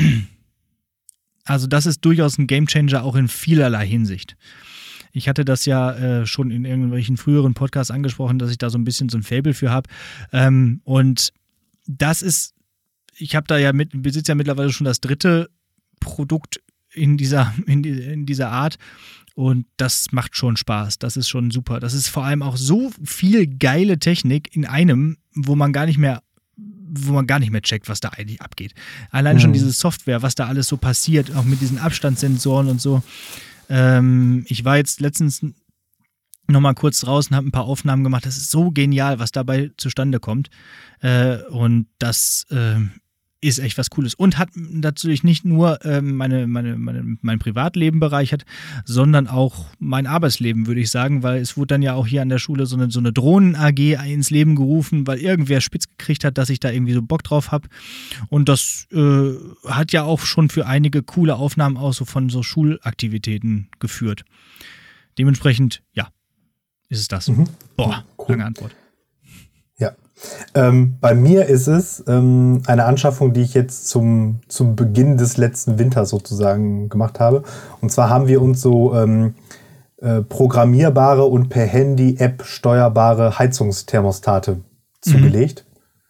[SPEAKER 1] Also das ist durchaus ein Gamechanger auch in vielerlei Hinsicht. Ich hatte das ja schon in irgendwelchen früheren Podcasts angesprochen, dass ich da so ein bisschen so ein Faible für habe. Und das ist, ich habe da ja besitze ja mittlerweile schon das 3. Produkt in dieser Art. Und das macht schon Spaß. Das ist schon super. Das ist vor allem auch so viel geile Technik in einem, wo man gar nicht mehr checkt, was da eigentlich abgeht. Allein schon diese Software, was da alles so passiert, auch mit diesen Abstandssensoren und so. Ich war jetzt letztens noch mal kurz draußen, habe ein paar Aufnahmen gemacht. Das ist so genial, was dabei zustande kommt. Und das ist echt was Cooles. Und hat natürlich nicht nur mein Privatleben bereichert, sondern auch mein Arbeitsleben, würde ich sagen, weil es wurde dann ja auch hier an der Schule so eine Drohnen-AG ins Leben gerufen, weil irgendwer spitz gekriegt hat, dass ich da irgendwie so Bock drauf habe. Und das hat ja auch schon für einige coole Aufnahmen auch so von so Schulaktivitäten geführt. Dementsprechend, ja, ist es das. Boah, cool. Lange Antwort.
[SPEAKER 2] Ja. Bei mir ist es eine Anschaffung, die ich jetzt zum Beginn des letzten Winters sozusagen gemacht habe. Und zwar haben wir uns so programmierbare und per Handy-App steuerbare Heizungsthermostate zugelegt.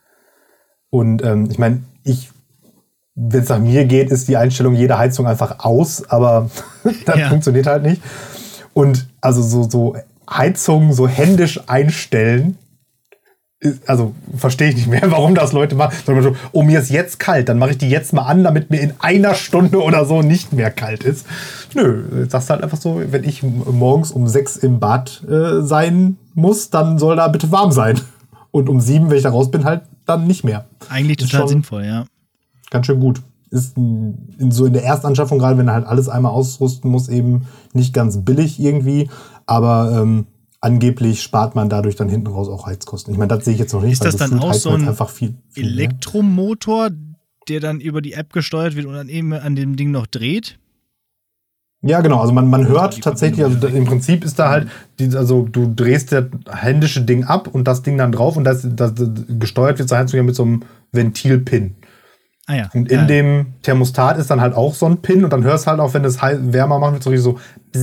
[SPEAKER 2] Und ich meine, wenn es nach mir geht, ist die Einstellung jeder Heizung einfach aus, aber das funktioniert halt nicht. Und also so Heizungen so händisch einstellen, also verstehe ich nicht mehr, warum das Leute machen. Sondern so, oh, mir ist jetzt kalt, dann mache ich die jetzt mal an, damit mir in einer Stunde oder so nicht mehr kalt ist. Nö, das ist halt einfach so, wenn ich morgens um 6 im Bad sein muss, dann soll da bitte warm sein. Und um 7, wenn ich da raus bin, halt dann nicht mehr.
[SPEAKER 1] Eigentlich total sinnvoll, ja.
[SPEAKER 2] Ganz schön gut. Ist in der Erstanschaffung, gerade wenn du halt alles einmal ausrüsten musst, eben nicht ganz billig irgendwie, aber angeblich spart man dadurch dann hinten raus auch Heizkosten. Ich meine, das sehe ich jetzt noch nicht.
[SPEAKER 1] Ist das dann auch so ein
[SPEAKER 2] viel
[SPEAKER 1] Elektromotor, der dann über die App gesteuert wird und dann eben an dem Ding noch dreht?
[SPEAKER 2] Ja, genau. Also man hört tatsächlich, also im Prinzip ist da halt, also du drehst das händische Ding ab und das Ding dann drauf und das gesteuert wird zur Heizung ja mit so einem Ventilpin.
[SPEAKER 1] Ah ja.
[SPEAKER 2] Und in dem Thermostat ist dann halt auch so ein Pin und dann hörst du halt auch, wenn es wärmer macht, wird so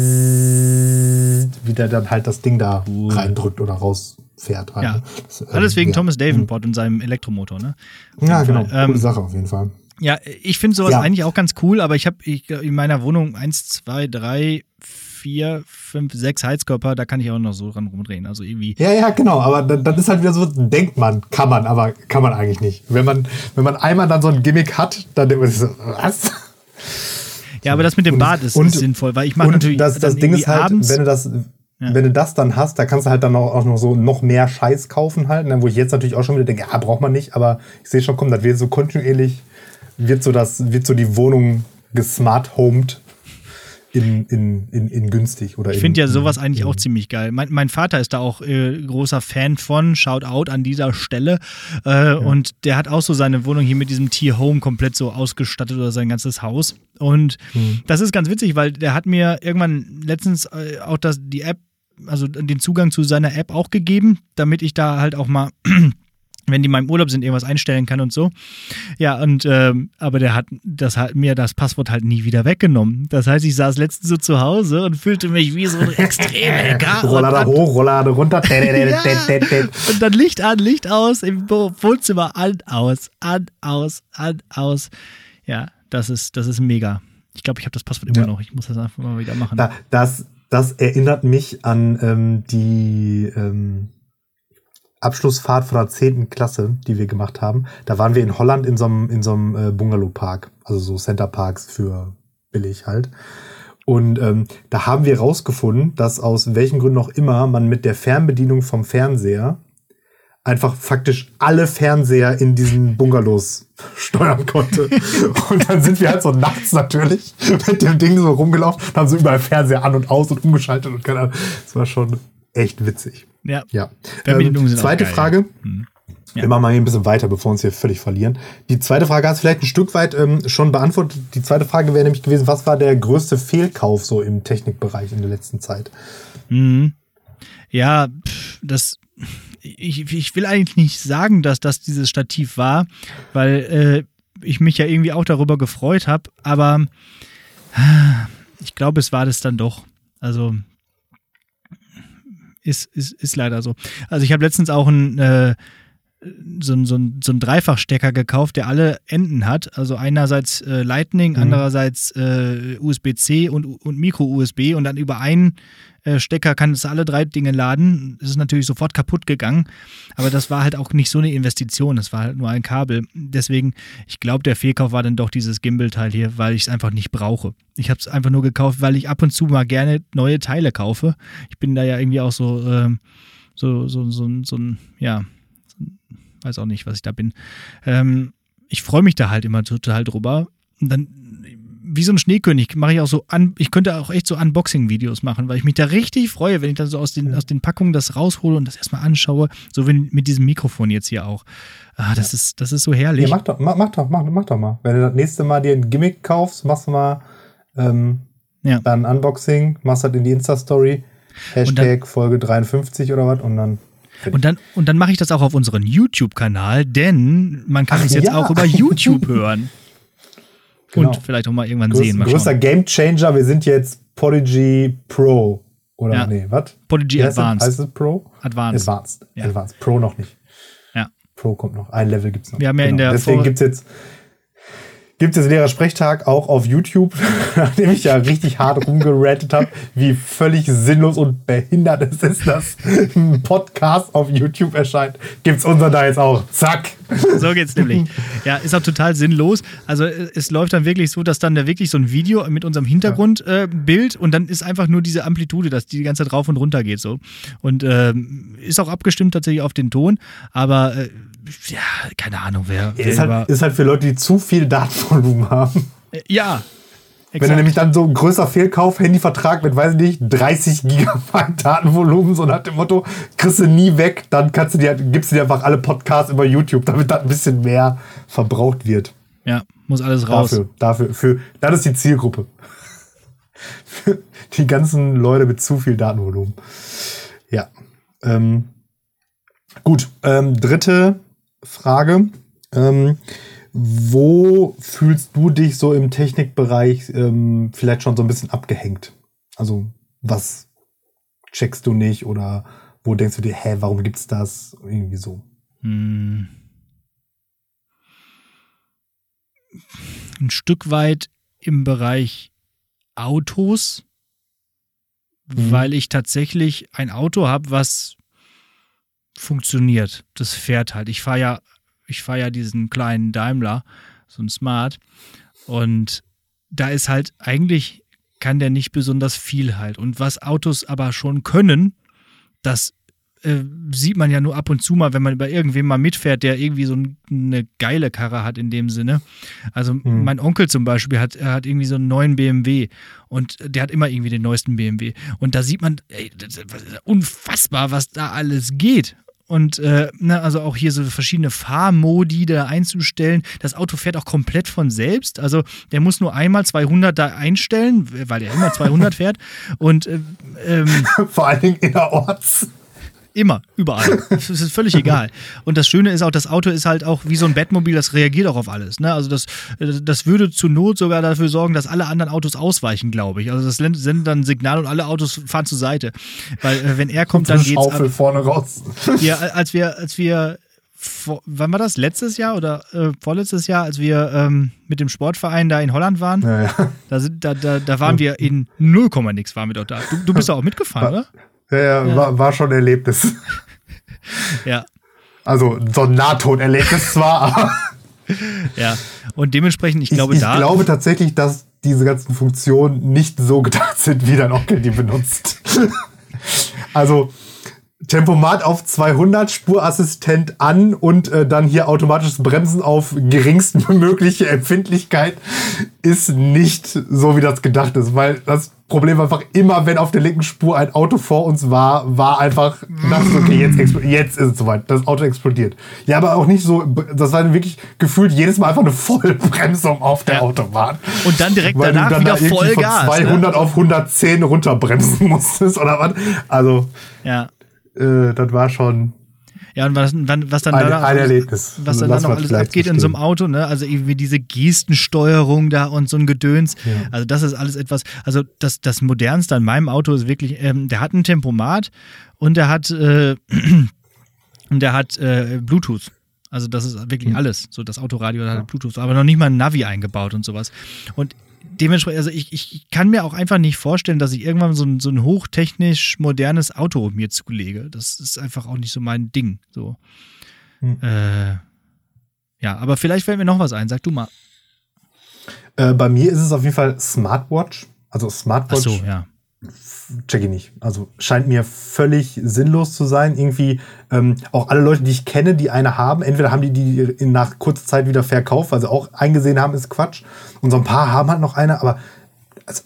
[SPEAKER 2] wie der dann halt das Ding da reindrückt oder rausfährt. Halt.
[SPEAKER 1] Ja. Alles wegen Thomas Davenport und seinem Elektromotor, ne?
[SPEAKER 2] Ja, genau. Coole Sache auf jeden Fall.
[SPEAKER 1] Ja, ich finde sowas eigentlich auch ganz cool, aber ich habe in meiner Wohnung 1, 2, 3, 4, 5, 6 Heizkörper, da kann ich auch noch so dran rumdrehen. Also irgendwie.
[SPEAKER 2] Ja, genau, aber dann ist halt wieder so, denkt man, kann man, aber kann man eigentlich nicht. Wenn man einmal dann so ein Gimmick hat, dann denkt man sich so, was?
[SPEAKER 1] Ja, aber das mit dem Bad ist sinnvoll, weil ich mache natürlich
[SPEAKER 2] das Ding ist halt,
[SPEAKER 1] abends,
[SPEAKER 2] wenn du das dann hast, da kannst du halt dann auch noch so noch mehr Scheiß kaufen halt, ne, wo ich jetzt natürlich auch schon wieder denke, braucht man nicht, aber ich sehe schon, das wird so kontinuierlich, wird so die Wohnung gesmart-homed in günstig. Oder
[SPEAKER 1] ich finde ja sowas eigentlich auch ziemlich geil. Mein Vater ist da auch großer Fan von, Shoutout an dieser Stelle. Und der hat auch so seine Wohnung hier mit diesem T-Home komplett so ausgestattet oder sein ganzes Haus. Und das ist ganz witzig, weil der hat mir irgendwann letztens auch die App, also den Zugang zu seiner App auch gegeben, damit ich da halt auch mal wenn die mal im Urlaub sind, irgendwas einstellen kann und so. Ja, und aber der hat mir das Passwort halt nie wieder weggenommen. Das heißt, ich saß letztens so zu Hause und fühlte mich wie so ein Extrem-Hacker.
[SPEAKER 2] Rollade hoch, Rollade runter.
[SPEAKER 1] Ja. Und dann Licht an, Licht aus, im Wohnzimmer an, aus. Ja, das ist mega. Ich glaube, ich habe das Passwort immer noch. Ich muss das einfach mal wieder machen.
[SPEAKER 2] Das erinnert mich an die Abschlussfahrt von der 10. Klasse, die wir gemacht haben. Da waren wir in Holland in so einem Bungalow-Park, also so Center-Parks für billig halt. Und da haben wir rausgefunden, dass aus welchen Gründen auch immer man mit der Fernbedienung vom Fernseher einfach faktisch alle Fernseher in diesen Bungalows steuern konnte. Und dann sind wir halt so nachts natürlich mit dem Ding so rumgelaufen, haben so überall Fernseher an und aus und umgeschaltet und keine Ahnung. Das war schon echt witzig.
[SPEAKER 1] Ja.
[SPEAKER 2] Zweite Frage. Ja. Wir machen mal hier ein bisschen weiter, bevor wir uns hier völlig verlieren. Die zweite Frage hast du vielleicht ein Stück weit schon beantwortet. Die zweite Frage wäre nämlich gewesen, was war der größte Fehlkauf so im Technikbereich in der letzten Zeit?
[SPEAKER 1] Ja, ich will eigentlich nicht sagen, dass das dieses Stativ war, weil ich mich ja irgendwie auch darüber gefreut habe, aber ich glaube, es war das dann doch. Also ist leider so. Also ich habe letztens auch so einen Dreifachstecker gekauft, der alle Enden hat. Also einerseits Lightning, andererseits USB-C und Micro-USB und dann über einen Stecker kann es alle 3 Dinge laden. Das ist natürlich sofort kaputt gegangen, aber das war halt auch nicht so eine Investition, das war halt nur ein Kabel. Deswegen, ich glaube, der Fehlkauf war dann doch dieses Gimbal-Teil hier, weil ich es einfach nicht brauche. Ich habe es einfach nur gekauft, weil ich ab und zu mal gerne neue Teile kaufe. Ich bin da ja irgendwie auch so weiß auch nicht, was ich da bin. Ich freue mich da halt immer total drüber. Und dann, wie so ein Schneekönig, mache ich auch so ich könnte auch echt so Unboxing-Videos machen, weil ich mich da richtig freue, wenn ich dann so aus den Packungen das raushole und das erstmal anschaue, so wie mit diesem Mikrofon jetzt hier auch. Das ist so herrlich.
[SPEAKER 2] Ja, mach doch mal. Wenn du das nächste Mal dir ein Gimmick kaufst, machst du mal dann Unboxing, machst das in die Insta-Story, Hashtag Folge 53 oder was und dann
[SPEAKER 1] Und dann mache ich das auch auf unseren YouTube-Kanal, denn man kann es jetzt auch über YouTube hören. Genau. Und vielleicht auch mal irgendwann sehen.
[SPEAKER 2] Größter Gamechanger, wir sind jetzt Podigy Pro. Oder nee, was?
[SPEAKER 1] Podigy Advanced.
[SPEAKER 2] Heißt es Pro?
[SPEAKER 1] Advanced.
[SPEAKER 2] Ja. Advanced. Pro noch nicht.
[SPEAKER 1] Ja.
[SPEAKER 2] Pro kommt noch. Ein Level gibt's noch.
[SPEAKER 1] Wir haben ja in der
[SPEAKER 2] Deswegen gibt's jetzt Lehrersprechtag auch auf YouTube, nachdem ich ja richtig hart rumgerattet habe, wie völlig sinnlos und behindert es ist, dass ein Podcast auf YouTube erscheint. Gibt's unseren da jetzt auch. Zack.
[SPEAKER 1] So geht's nämlich. Ja, ist auch total sinnlos. Also es läuft dann wirklich so, dass dann da wirklich so ein Video mit unserem Hintergrundbild und dann ist einfach nur diese Amplitude, dass die ganze Zeit rauf und runter geht so. Und ist auch abgestimmt tatsächlich auf den Ton, aber ja, keine Ahnung, wer
[SPEAKER 2] ist halt für Leute, die zu viel Datenvolumen haben.
[SPEAKER 1] Ja, exakt.
[SPEAKER 2] Wenn du nämlich dann so ein größer Fehlkauf, Handyvertrag mit, weiß ich nicht, 30 Gigabyte Datenvolumen, so nach dem Motto, kriegst du nie weg, dann gibst du dir einfach alle Podcasts über YouTube, damit das ein bisschen mehr verbraucht wird.
[SPEAKER 1] Ja, muss alles raus.
[SPEAKER 2] Das ist die Zielgruppe. Für die ganzen Leute mit zu viel Datenvolumen. Ja. Gut, dritte Frage. Wo fühlst du dich so im Technikbereich vielleicht schon so ein bisschen abgehängt? Also was checkst du nicht oder wo denkst du dir, warum gibt's das? Irgendwie so.
[SPEAKER 1] Ein Stück weit im Bereich Autos, weil ich tatsächlich ein Auto habe, was funktioniert. Das fährt halt. Ich fahre ja diesen kleinen Daimler, so ein Smart. Und da ist halt eigentlich, kann der nicht besonders viel halt. Und was Autos aber schon können, das sieht man ja nur ab und zu mal, wenn man bei irgendwem mal mitfährt, der irgendwie so eine geile Karre hat in dem Sinne. Also mein Onkel zum Beispiel hat irgendwie so einen neuen BMW und der hat immer irgendwie den neuesten BMW. Und da sieht man, das ist unfassbar, was da alles geht. Und also auch hier so verschiedene Fahrmodi da einzustellen. Das Auto fährt auch komplett von selbst. Also der muss nur einmal 200 da einstellen, weil er immer 200 fährt. Und
[SPEAKER 2] vor allen Dingen innerorts.
[SPEAKER 1] Immer, überall. Es ist völlig egal. Und das Schöne ist auch, das Auto ist halt auch wie so ein Bettmobil, das reagiert auch auf alles. Ne? Also das würde zur Not sogar dafür sorgen, dass alle anderen Autos ausweichen, glaube ich. Also das sendet dann ein Signal und alle Autos fahren zur Seite. Weil wenn er kommt, dann geht's
[SPEAKER 2] Schaufel vorne raus.
[SPEAKER 1] Ja, als wir wann war das? Letztes Jahr oder vorletztes Jahr, als wir mit dem Sportverein da in Holland waren?
[SPEAKER 2] Ja.
[SPEAKER 1] Da waren wir in 0, nix waren wir dort da. Du bist doch auch mitgefahren, oder?
[SPEAKER 2] Ja. War schon ein Erlebnis.
[SPEAKER 1] Ja.
[SPEAKER 2] Also so ein Nahtoderlebnis zwar, aber
[SPEAKER 1] ja, und dementsprechend, ich glaube
[SPEAKER 2] tatsächlich, dass diese ganzen Funktionen nicht so gedacht sind, wie dein Onkel die benutzt. Also Tempomat auf 200, Spurassistent an und dann hier automatisches Bremsen auf geringstmögliche Empfindlichkeit ist nicht so, wie das gedacht ist. Weil das Problem einfach immer, wenn auf der linken Spur ein Auto vor uns war einfach, okay, jetzt ist es soweit, das Auto explodiert. Ja, aber auch nicht so, das war wirklich gefühlt jedes Mal einfach eine Vollbremsung auf der Autobahn.
[SPEAKER 1] Und dann direkt danach wieder Vollgas.
[SPEAKER 2] Von 200 auf 110 runterbremsen musstest oder was. Also,
[SPEAKER 1] ja.
[SPEAKER 2] Das war schon
[SPEAKER 1] ja, und was dann
[SPEAKER 2] ein
[SPEAKER 1] da
[SPEAKER 2] Erlebnis.
[SPEAKER 1] Was dann da noch alles abgeht in so einem Auto, ne? Also irgendwie diese Gestensteuerung da und so ein Gedöns. Ja. Also das ist alles etwas, also das Modernste an meinem Auto ist wirklich, der hat ein Tempomat und der hat Bluetooth. Also das ist wirklich alles. So das Autoradio hat Bluetooth, aber noch nicht mal ein Navi eingebaut und sowas. Und dementsprechend, also ich kann mir auch einfach nicht vorstellen, dass ich irgendwann so ein hochtechnisch modernes Auto mir zulege. Das ist einfach auch nicht so mein Ding. So. Ja, aber vielleicht fällt mir noch was ein. Sag du mal.
[SPEAKER 2] Bei mir ist es auf jeden Fall Smartwatch. Also Smartwatch.
[SPEAKER 1] Ach so, ja.
[SPEAKER 2] Check ich nicht. Also scheint mir völlig sinnlos zu sein. Irgendwie auch alle Leute, die ich kenne, die eine haben, entweder haben die nach kurzer Zeit wieder verkauft, weil sie auch eingesehen haben, ist Quatsch. Und so ein paar haben halt noch eine, aber also,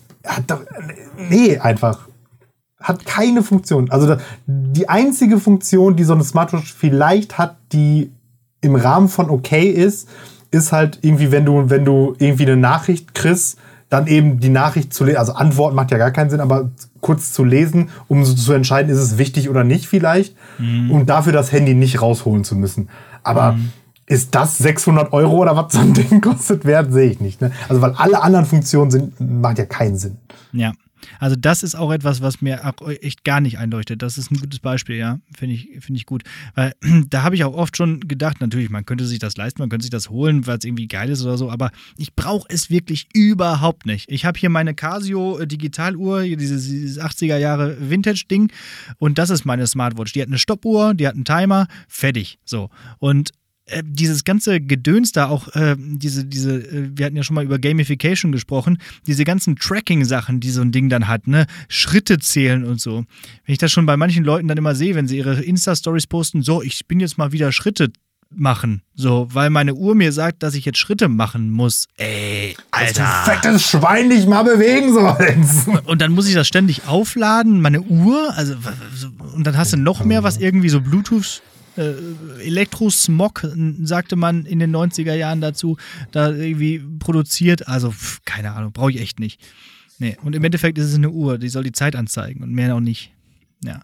[SPEAKER 2] einfach. Hat keine Funktion. Also die einzige Funktion, die so eine Smartwatch vielleicht hat, die im Rahmen von okay ist halt irgendwie, wenn du irgendwie eine Nachricht kriegst, dann eben die Nachricht zu lesen, also Antworten macht ja gar keinen Sinn, aber kurz zu lesen, um so zu entscheiden, ist es wichtig oder nicht vielleicht, und dafür das Handy nicht rausholen zu müssen. Aber ist das 600 € oder was so ein Ding kostet wert, sehe ich nicht. Ne? Also weil alle anderen Funktionen macht ja keinen Sinn.
[SPEAKER 1] Ja. Also das ist auch etwas, was mir auch echt gar nicht einleuchtet. Das ist ein gutes Beispiel, ja. Finde ich gut. Weil da habe ich auch oft schon gedacht, natürlich, man könnte sich das leisten, man könnte sich das holen, weil es irgendwie geil ist oder so, aber ich brauche es wirklich überhaupt nicht. Ich habe hier meine Casio Digitaluhr, dieses 80er Jahre Vintage-Ding, und das ist meine Smartwatch. Die hat eine Stoppuhr, die hat einen Timer, fertig. So. Und dieses ganze Gedöns da auch, wir hatten ja schon mal über Gamification gesprochen, diese ganzen Tracking-Sachen, die so ein Ding dann hat, ne, Schritte zählen und so. Wenn ich das schon bei manchen Leuten dann immer sehe, wenn sie ihre Insta-Stories posten, so, ich bin jetzt mal wieder Schritte machen, so, weil meine Uhr mir sagt, dass ich jetzt Schritte machen muss. Ey, Alter.
[SPEAKER 2] Dass du fettes Schwein nicht mal bewegen sollst.
[SPEAKER 1] Und dann muss ich das ständig aufladen, meine Uhr, also, und dann hast du noch mehr, was irgendwie so Bluetooth Elektrosmog, sagte man in den 90er Jahren dazu, da irgendwie produziert. Also, keine Ahnung, brauche ich echt nicht. Nee. Und im Endeffekt ist es eine Uhr, die soll die Zeit anzeigen und mehr auch nicht. Ja.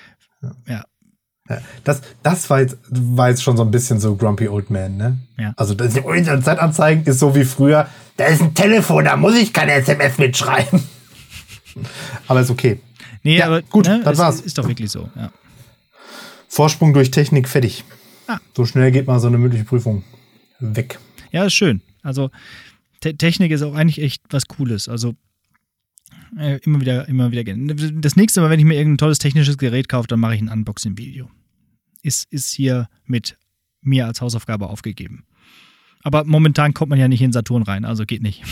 [SPEAKER 2] Das war jetzt schon so ein bisschen so Grumpy Old Man, ne?
[SPEAKER 1] Ja.
[SPEAKER 2] Also die Zeit anzeigen ist so wie früher, da ist ein Telefon, da muss ich keine SMS mitschreiben. Aber ist okay.
[SPEAKER 1] Nee, ja, aber
[SPEAKER 2] gut, das war's.
[SPEAKER 1] Ist doch wirklich so, ja.
[SPEAKER 2] Vorsprung durch Technik, fertig. So schnell geht mal so eine mündliche Prüfung weg.
[SPEAKER 1] Ja, ist schön. Also Technik ist auch eigentlich echt was Cooles. Also immer wieder gerne. Das nächste Mal, wenn ich mir irgendein tolles technisches Gerät kaufe, dann mache ich ein Unboxing-Video. Ist hier mit mir als Hausaufgabe aufgegeben. Aber momentan kommt man ja nicht in Saturn rein, also geht nicht.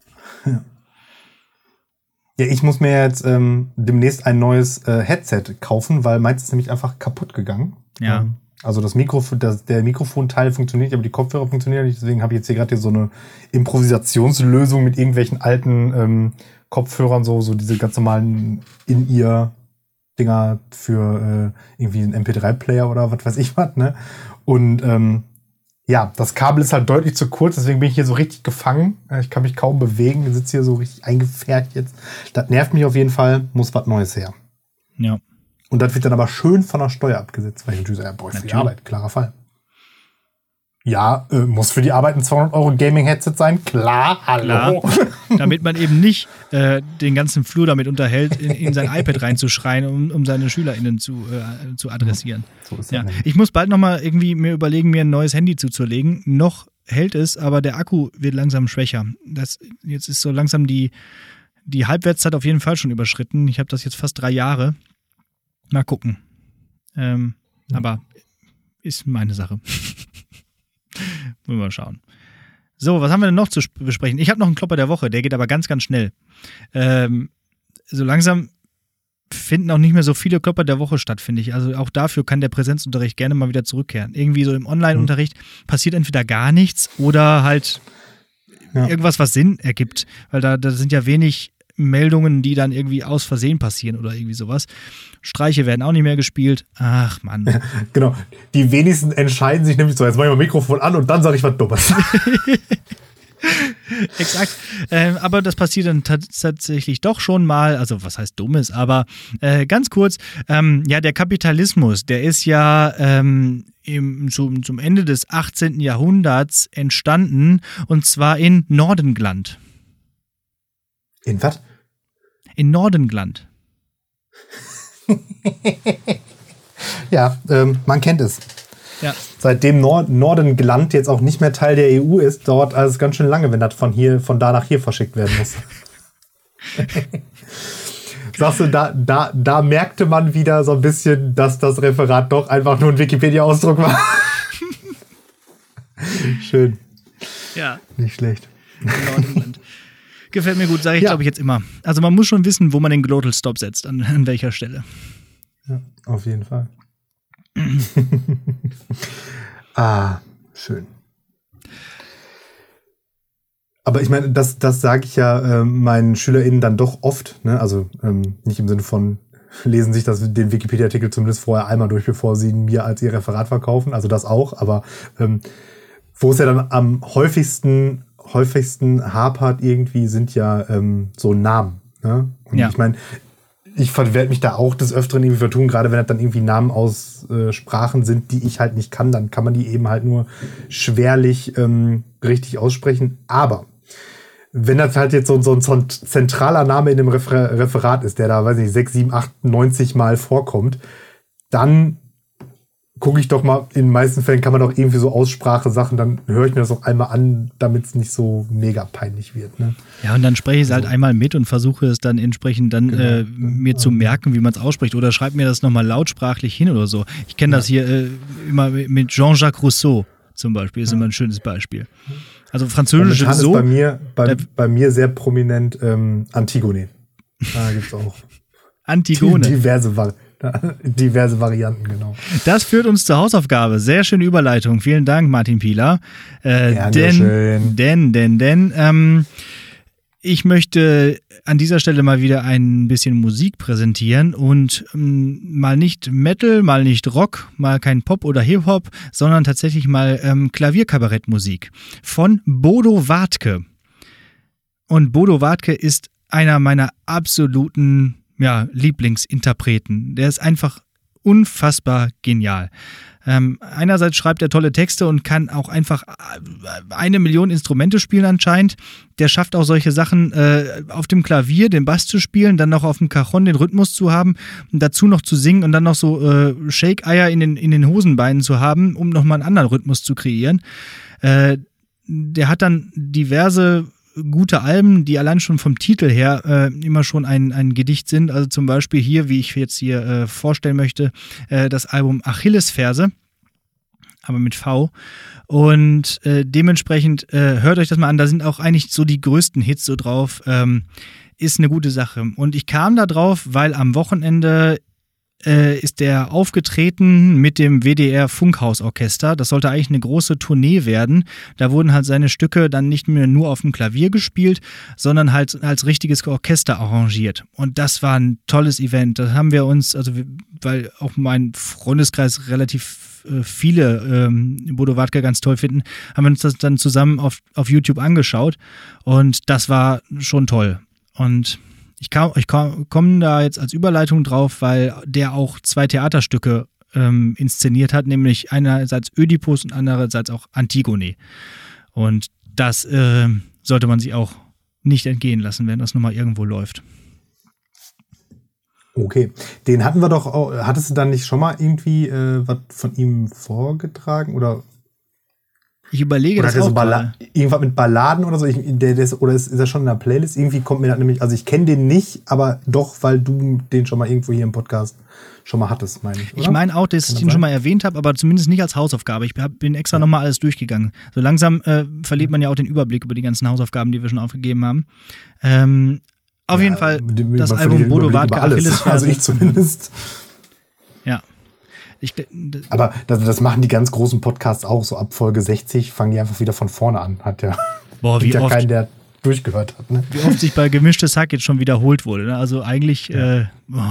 [SPEAKER 2] Ja, ich muss mir jetzt demnächst ein neues Headset kaufen, weil meins ist nämlich einfach kaputt gegangen.
[SPEAKER 1] Ja.
[SPEAKER 2] Also der Mikrofonteil funktioniert, aber die Kopfhörer funktionieren nicht. Deswegen habe ich jetzt hier gerade so eine Improvisationslösung mit irgendwelchen alten Kopfhörern, so diese ganz normalen In-Ear-Dinger für irgendwie einen MP3-Player oder was weiß ich was, ne? Und ja, das Kabel ist halt deutlich zu kurz, deswegen bin ich hier so richtig gefangen. Ich kann mich kaum bewegen, ich sitze hier so richtig eingefährt jetzt. Das nervt mich auf jeden Fall, muss was Neues her.
[SPEAKER 1] Ja.
[SPEAKER 2] Und das wird dann aber schön von der Steuer abgesetzt, weil ich natürlich sage, für die Arbeit, klarer Fall. Ja, muss für die Arbeit ein 200 € Gaming-Headset sein? Klar, hallo.
[SPEAKER 1] Klar, damit man eben nicht den ganzen Flur damit unterhält, in sein iPad reinzuschreien, um seine SchülerInnen zu adressieren. So ist ja. Ich muss bald nochmal irgendwie mir überlegen, mir ein neues Handy zuzulegen. Noch hält es, aber der Akku wird langsam schwächer. Jetzt ist so langsam die Halbwertszeit auf jeden Fall schon überschritten. Ich habe das jetzt fast 3 Jahre. Mal gucken. Aber ist meine Sache. Wollen wir mal schauen. So, was haben wir denn noch zu besprechen? Ich habe noch einen Klopper der Woche, der geht aber ganz, ganz schnell. So langsam finden auch nicht mehr so viele Klopper der Woche statt, finde ich. Also auch dafür kann der Präsenzunterricht gerne mal wieder zurückkehren. Irgendwie so im Online-Unterricht passiert entweder gar nichts oder halt irgendwas, was Sinn ergibt. Weil da sind ja wenig Meldungen, die dann irgendwie aus Versehen passieren oder irgendwie sowas. Streiche werden auch nicht mehr gespielt. Ach, Mann.
[SPEAKER 2] Ja, genau. Die wenigsten entscheiden sich nämlich so, jetzt mach ich mal Mikrofon an und dann sage ich was Dummes.
[SPEAKER 1] Exakt. Aber das passiert dann tatsächlich doch schon mal. Also was heißt Dummes? Aber ganz kurz, der Kapitalismus, der ist ja zum Ende des 18. Jahrhunderts entstanden und zwar in Nordengland.
[SPEAKER 2] In was?
[SPEAKER 1] In Nordengland.
[SPEAKER 2] Ja, man kennt es.
[SPEAKER 1] Ja.
[SPEAKER 2] Seitdem Nordengland jetzt auch nicht mehr Teil der EU ist, dauert alles ganz schön lange, wenn das von da nach hier verschickt werden muss. Sagst du, da merkte man wieder so ein bisschen, dass das Referat doch einfach nur ein Wikipedia-Ausdruck war. Schön.
[SPEAKER 1] Ja.
[SPEAKER 2] Nicht schlecht.
[SPEAKER 1] Nordengland. Gefällt mir gut, sage ich, glaube ich, jetzt immer. Also man muss schon wissen, wo man den Glottal Stop setzt, an welcher Stelle.
[SPEAKER 2] Ja, auf jeden Fall. Schön. Aber ich meine, das sage ich ja meinen SchülerInnen dann doch oft, ne? Also nicht im Sinne von, lesen sich den Wikipedia-Artikel zumindest vorher einmal durch, bevor sie mir als ihr Referat verkaufen, also das auch, aber wo es ja dann am häufigsten hapert irgendwie, sind ja so Namen. Ne? Und ich meine, ich werde mich da auch des Öfteren irgendwie vertun, gerade wenn das dann irgendwie Namen aus Sprachen sind, die ich halt nicht kann, dann kann man die eben halt nur schwerlich richtig aussprechen. Aber wenn das halt jetzt so ein zentraler Name in dem Referat ist, der da, weiß ich nicht, 6, 7, 8, 90 Mal vorkommt, dann gucke ich doch mal, in den meisten Fällen kann man doch irgendwie so Aussprache-Sachen, dann höre ich mir das auch einmal an, damit es nicht so mega peinlich wird. Ne?
[SPEAKER 1] Ja, und dann spreche ich es halt einmal mit und versuche es dann entsprechend dann mir zu merken, wie man es ausspricht. Oder schreibe mir das nochmal lautsprachlich hin oder so. Ich kenne das hier immer mit Jean-Jacques Rousseau zum Beispiel, ist immer ein schönes Beispiel. Also französisch ist so.
[SPEAKER 2] Bei mir sehr prominent Antigone. Da gibt es auch
[SPEAKER 1] Antigone.
[SPEAKER 2] Diverse Varianten, genau.
[SPEAKER 1] Das führt uns zur Hausaufgabe. Sehr schöne Überleitung. Vielen Dank, Martin Pieler. Denn ich möchte an dieser Stelle mal wieder ein bisschen Musik präsentieren und mal nicht Metal, mal nicht Rock, mal kein Pop oder Hip-Hop, sondern tatsächlich mal Klavierkabarettmusik von Bodo Wartke. Und Bodo Wartke ist einer meiner absoluten Lieblingsinterpreten. Der ist einfach unfassbar genial. Einerseits schreibt er tolle Texte und kann auch einfach 1 Million Instrumente spielen anscheinend. Der schafft auch solche Sachen, auf dem Klavier den Bass zu spielen, dann noch auf dem Cajon den Rhythmus zu haben, und dazu noch zu singen und dann noch so Shake-Eier in den Hosenbeinen zu haben, um nochmal einen anderen Rhythmus zu kreieren. Der hat dann diverse gute Alben, die allein schon vom Titel her immer schon ein Gedicht sind. Also zum Beispiel hier, wie ich jetzt hier vorstellen möchte, das Album Achillesferse, aber mit V. Und dementsprechend hört euch das mal an. Da sind auch eigentlich so die größten Hits so drauf. Ist eine gute Sache. Und ich kam da drauf, weil am Wochenende ist er aufgetreten mit dem WDR Funkhausorchester. Das sollte eigentlich eine große Tournee werden. Da wurden halt seine Stücke dann nicht mehr nur auf dem Klavier gespielt, sondern halt als richtiges Orchester arrangiert. Und das war ein tolles Event. Da haben wir uns, weil auch mein Freundeskreis relativ viele Bodo Wartke ganz toll finden, haben wir uns das dann zusammen auf YouTube angeschaut. Und das war schon toll. Und ich komme da jetzt als Überleitung drauf, weil der auch 2 Theaterstücke inszeniert hat, nämlich einerseits Ödipus und andererseits auch Antigone. Und das sollte man sich auch nicht entgehen lassen, wenn das nochmal irgendwo läuft.
[SPEAKER 2] Okay, den hatten wir doch auch, hattest du dann nicht schon mal irgendwie was von ihm vorgetragen oder?
[SPEAKER 1] Ich überlege
[SPEAKER 2] oder
[SPEAKER 1] das auch.
[SPEAKER 2] Irgendwas mit Balladen oder so? Ist er schon in der Playlist? Irgendwie kommt mir das nämlich, also ich kenne den nicht, aber doch, weil du den schon mal irgendwo hier im Podcast schon mal hattest, meine ich. Oder?
[SPEAKER 1] Ich meine auch, dass ich ihn schon mal erwähnt habe, aber zumindest nicht als Hausaufgabe. Ich bin extra nochmal alles durchgegangen. So langsam verliert man ja auch den Überblick über die ganzen Hausaufgaben, die wir schon aufgegeben haben. Auf jeden Fall, das Album Bodo Wartke,
[SPEAKER 2] Achillesferse. Also ich zumindest.
[SPEAKER 1] Ja.
[SPEAKER 2] Aber das machen die ganz großen Podcasts auch. So ab Folge 60 fangen die einfach wieder von vorne an. Hat ja,
[SPEAKER 1] wie oft,
[SPEAKER 2] keinen, der durchgehört hat. Ne?
[SPEAKER 1] Wie oft sich bei Gemischtes Hack jetzt schon wiederholt wurde. Ne? Also eigentlich,
[SPEAKER 2] Ja.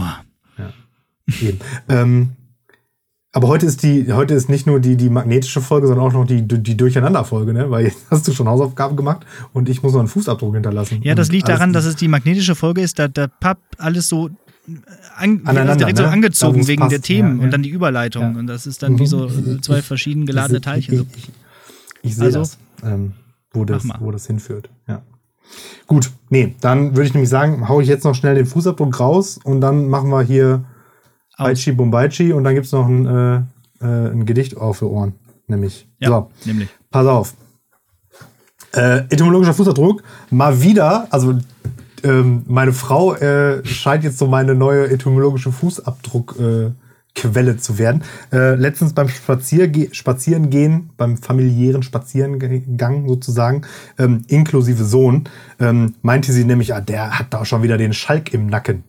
[SPEAKER 2] Eben. Aber heute ist nicht nur die magnetische Folge, sondern auch noch die Durcheinander-Folge, ne? Weil jetzt hast du schon Hausaufgaben gemacht und ich muss noch einen Fußabdruck hinterlassen.
[SPEAKER 1] Ja, das liegt daran, dass es die magnetische Folge ist, da pappt alles so direkt so angezogen wegen der Themen und dann die Überleitung. Ja. Und das ist dann wie so zwei verschieden geladene Teilchen.
[SPEAKER 2] Ich sehe das, wo das hinführt. Ja. Gut, dann würde ich nämlich sagen, hau ich jetzt noch schnell den Fußabdruck raus und dann machen wir hier Aichi Bombaichi und dann gibt es noch ein Gedicht auf für Ohren. Nämlich. Pass auf. Etymologischer Fußabdruck. Mal wieder, also meine Frau scheint jetzt so meine neue etymologische Fußabdruckquelle zu werden. Letztens beim Spazierengehen, beim familiären Spazierengang sozusagen, inklusive Sohn, meinte sie nämlich, der hat da schon wieder den Schalk im Nacken.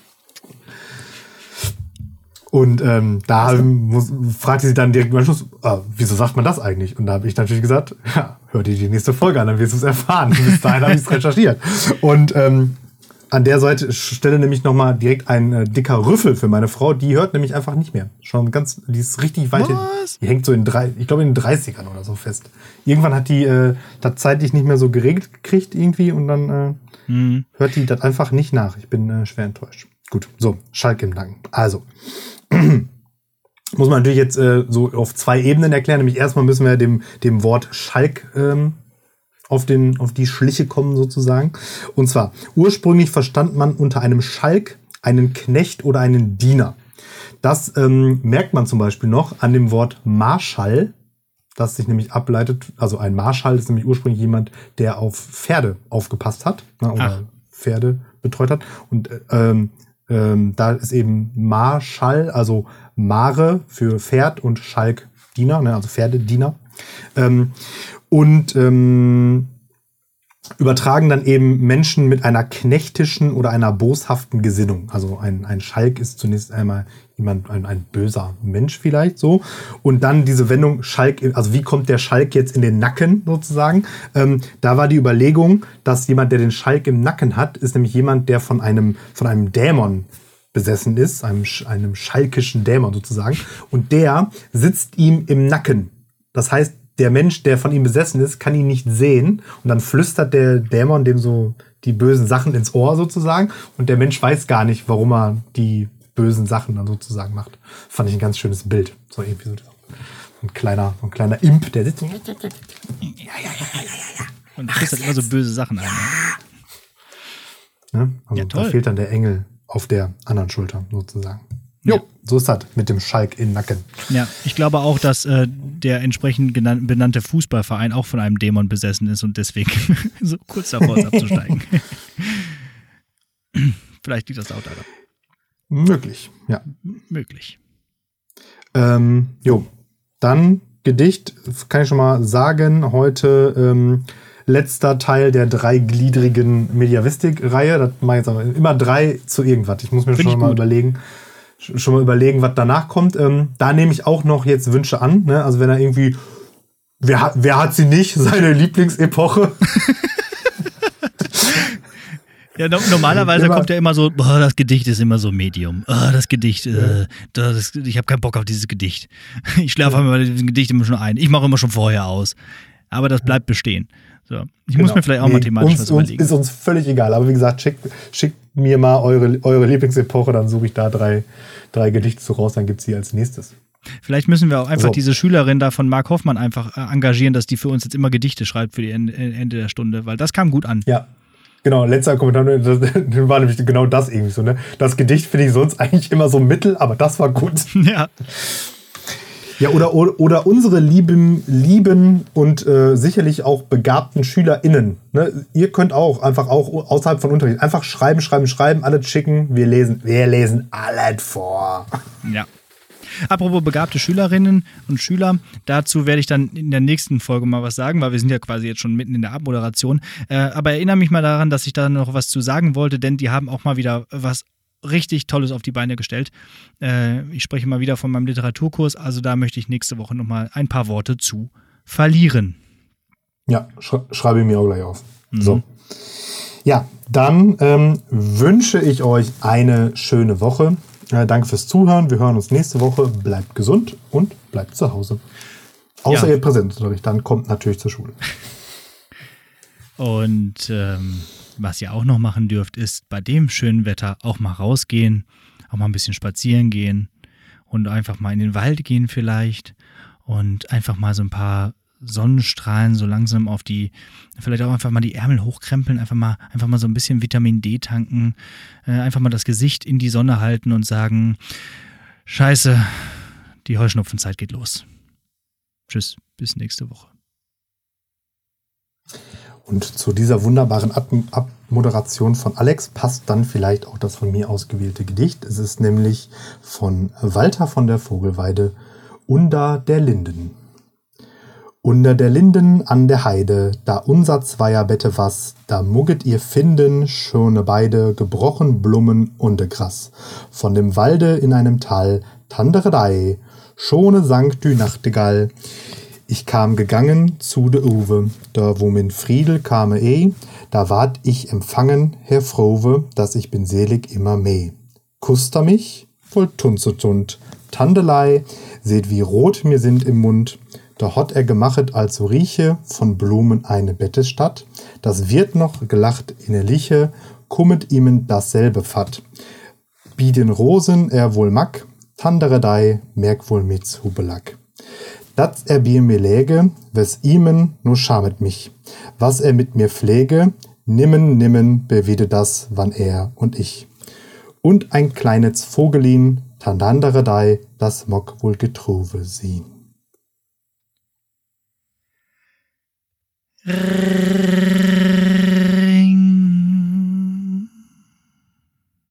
[SPEAKER 2] Und fragte sie dann direkt im Anschluss, wieso sagt man das eigentlich? Und da habe ich natürlich gesagt, hör dir die nächste Folge an, dann wirst du es erfahren. Bis dahin habe ich es recherchiert. Und an der Stelle nämlich nochmal direkt ein dicker Rüffel für meine Frau. Die hört nämlich einfach nicht mehr. Die ist richtig weit hin. Die hängt so in den 30ern oder so fest. Irgendwann hat die das zeitlich nicht mehr so geregelt gekriegt irgendwie und dann hört die das einfach nicht nach. Ich bin schwer enttäuscht. Gut, so, Schalk im Nacken. Also, muss man natürlich jetzt so auf zwei Ebenen erklären. Nämlich erstmal müssen wir dem Wort Schalk auf die Schliche kommen sozusagen. Und zwar, ursprünglich verstand man unter einem Schalk einen Knecht oder einen Diener. Das merkt man zum Beispiel noch an dem Wort Marschall, das sich nämlich ableitet. Also ein Marschall ist nämlich ursprünglich jemand, der auf Pferde aufgepasst hat, oder Pferde betreut hat. Und da ist eben Marschall, also Mare für Pferd und Schalk Diener, also Pferdediener. Übertragen dann eben Menschen mit einer knechtischen oder einer boshaften Gesinnung. Also ein Schalk ist zunächst einmal ein böser Mensch vielleicht so. Und dann diese Wendung Schalk, also wie kommt der Schalk jetzt in den Nacken sozusagen? Da war die Überlegung, dass jemand, der den Schalk im Nacken hat, ist nämlich jemand, der von einem Dämon besessen ist, einem schalkischen Dämon sozusagen. Und der sitzt ihm im Nacken. Das heißt, der Mensch, der von ihm besessen ist, kann ihn nicht sehen. Und dann flüstert der Dämon dem so die bösen Sachen ins Ohr sozusagen. Und der Mensch weiß gar nicht, warum er die bösen Sachen dann sozusagen macht. Fand ich ein ganz schönes Bild. So irgendwie so ein kleiner Imp, der sitzt. Ja.
[SPEAKER 1] Und kriegst halt immer so böse Sachen ein.
[SPEAKER 2] Ne? Also da fehlt dann der Engel auf der anderen Schulter sozusagen. Jo, so ist das mit dem Schalk im Nacken.
[SPEAKER 1] Ja, ich glaube auch, dass der entsprechend benannte Fußballverein auch von einem Dämon besessen ist und deswegen so kurz davor ist abzusteigen. Vielleicht liegt das auch daran.
[SPEAKER 2] Möglich, ja.
[SPEAKER 1] Möglich.
[SPEAKER 2] Dann Gedicht, kann ich schon mal sagen, heute letzter Teil der dreigliedrigen Mediavistik-Reihe. Das mache ich jetzt aber immer 3 zu irgendwas. Ich muss mir schon mal überlegen, was danach kommt. Da nehme ich auch noch jetzt Wünsche an. Ne? Also wenn er irgendwie, wer hat sie nicht, seine Lieblingsepoche?
[SPEAKER 1] Ja, normalerweise kommt ja immer so, das Gedicht ist immer so Medium. Das Gedicht, ich habe keinen Bock auf dieses Gedicht. Ich schlafe immer bei diesem Gedicht immer schon ein. Ich mache immer schon vorher aus. Aber das bleibt bestehen. So. Ich muss mir vielleicht auch mathematisch was überlegen.
[SPEAKER 2] Ist uns völlig egal. Aber wie gesagt, schickt mir mal eure Lieblingsepoche, dann suche ich da drei Gedichte so raus, dann gibt es die als nächstes.
[SPEAKER 1] Vielleicht müssen wir auch einfach diese Schülerin da von Mark Hoffmann einfach engagieren, dass die für uns jetzt immer Gedichte schreibt für die Ende der Stunde, weil das kam gut an. Ja.
[SPEAKER 2] Genau, letzter Kommentar, das war nämlich genau das irgendwie so, ne? Das Gedicht finde ich sonst eigentlich immer so mittel, aber das war gut.
[SPEAKER 1] Ja.
[SPEAKER 2] Ja, oder unsere lieben und sicherlich auch begabten SchülerInnen. Ne? Ihr könnt auch einfach auch außerhalb von Unterricht einfach schreiben, alles schicken. Wir lesen alles vor.
[SPEAKER 1] Ja. Apropos begabte Schülerinnen und Schüler, dazu werde ich dann in der nächsten Folge mal was sagen, weil wir sind ja quasi jetzt schon mitten in der Abmoderation. Aber erinnere mich mal daran, dass ich da noch was zu sagen wollte, denn die haben auch mal wieder was richtig Tolles auf die Beine gestellt. Ich spreche mal wieder von meinem Literaturkurs, also da möchte ich nächste Woche nochmal ein paar Worte zu verlieren.
[SPEAKER 2] Ja, schreibe ich mir auch gleich auf. So. Ja, dann wünsche ich euch eine schöne Woche. Danke fürs Zuhören. Wir hören uns nächste Woche. Bleibt gesund und bleibt zu Hause. Außer ihr Präsenzunterricht, dann kommt natürlich zur Schule.
[SPEAKER 1] Und was ihr auch noch machen dürft, ist bei dem schönen Wetter auch mal rausgehen, auch mal ein bisschen spazieren gehen und einfach mal in den Wald gehen vielleicht und einfach mal so ein paar Sonnenstrahlen so langsam auf vielleicht auch einfach mal die Ärmel hochkrempeln, einfach mal so ein bisschen Vitamin D tanken, einfach mal das Gesicht in die Sonne halten und sagen, Scheiße, die Heuschnupfenzeit geht los. Tschüss, bis nächste Woche.
[SPEAKER 2] Und zu dieser wunderbaren Abmoderation von Alex passt dann vielleicht auch das von mir ausgewählte Gedicht. Es ist nämlich von Walter von der Vogelweide, Under der Linden. Unter der Linden an der Heide, da unser zweier Bette was, da mugget ihr finden, schöne beide, gebrochen Blumen und Gras. Von dem Walde in einem Tal, Tanderedei, schone sang die Nachtigall. Ich kam gegangen zu de Uwe, da wo min Friedel kame da ward ich empfangen, Herr Frove, dass ich bin selig immer meh. Kuster mich, wohl tunzutund, Tandelei, seht wie rot mir sind im Mund, da hat er gemachet also rieche von Blumen eine Bettestadt, das wird noch gelacht in der Liche, kummet ihm dasselbe Fatt. Bieden Rosen er wohl mack, Tanderedei merk wohl mit zu Belack. Dat er bi mir läge, wes imen nur schamet mich, was er mit mir pflege, nimmen bewide das, wann er und ich. Und ein kleines Vogelin, Tanderedei, das mock wohl getruwe sie.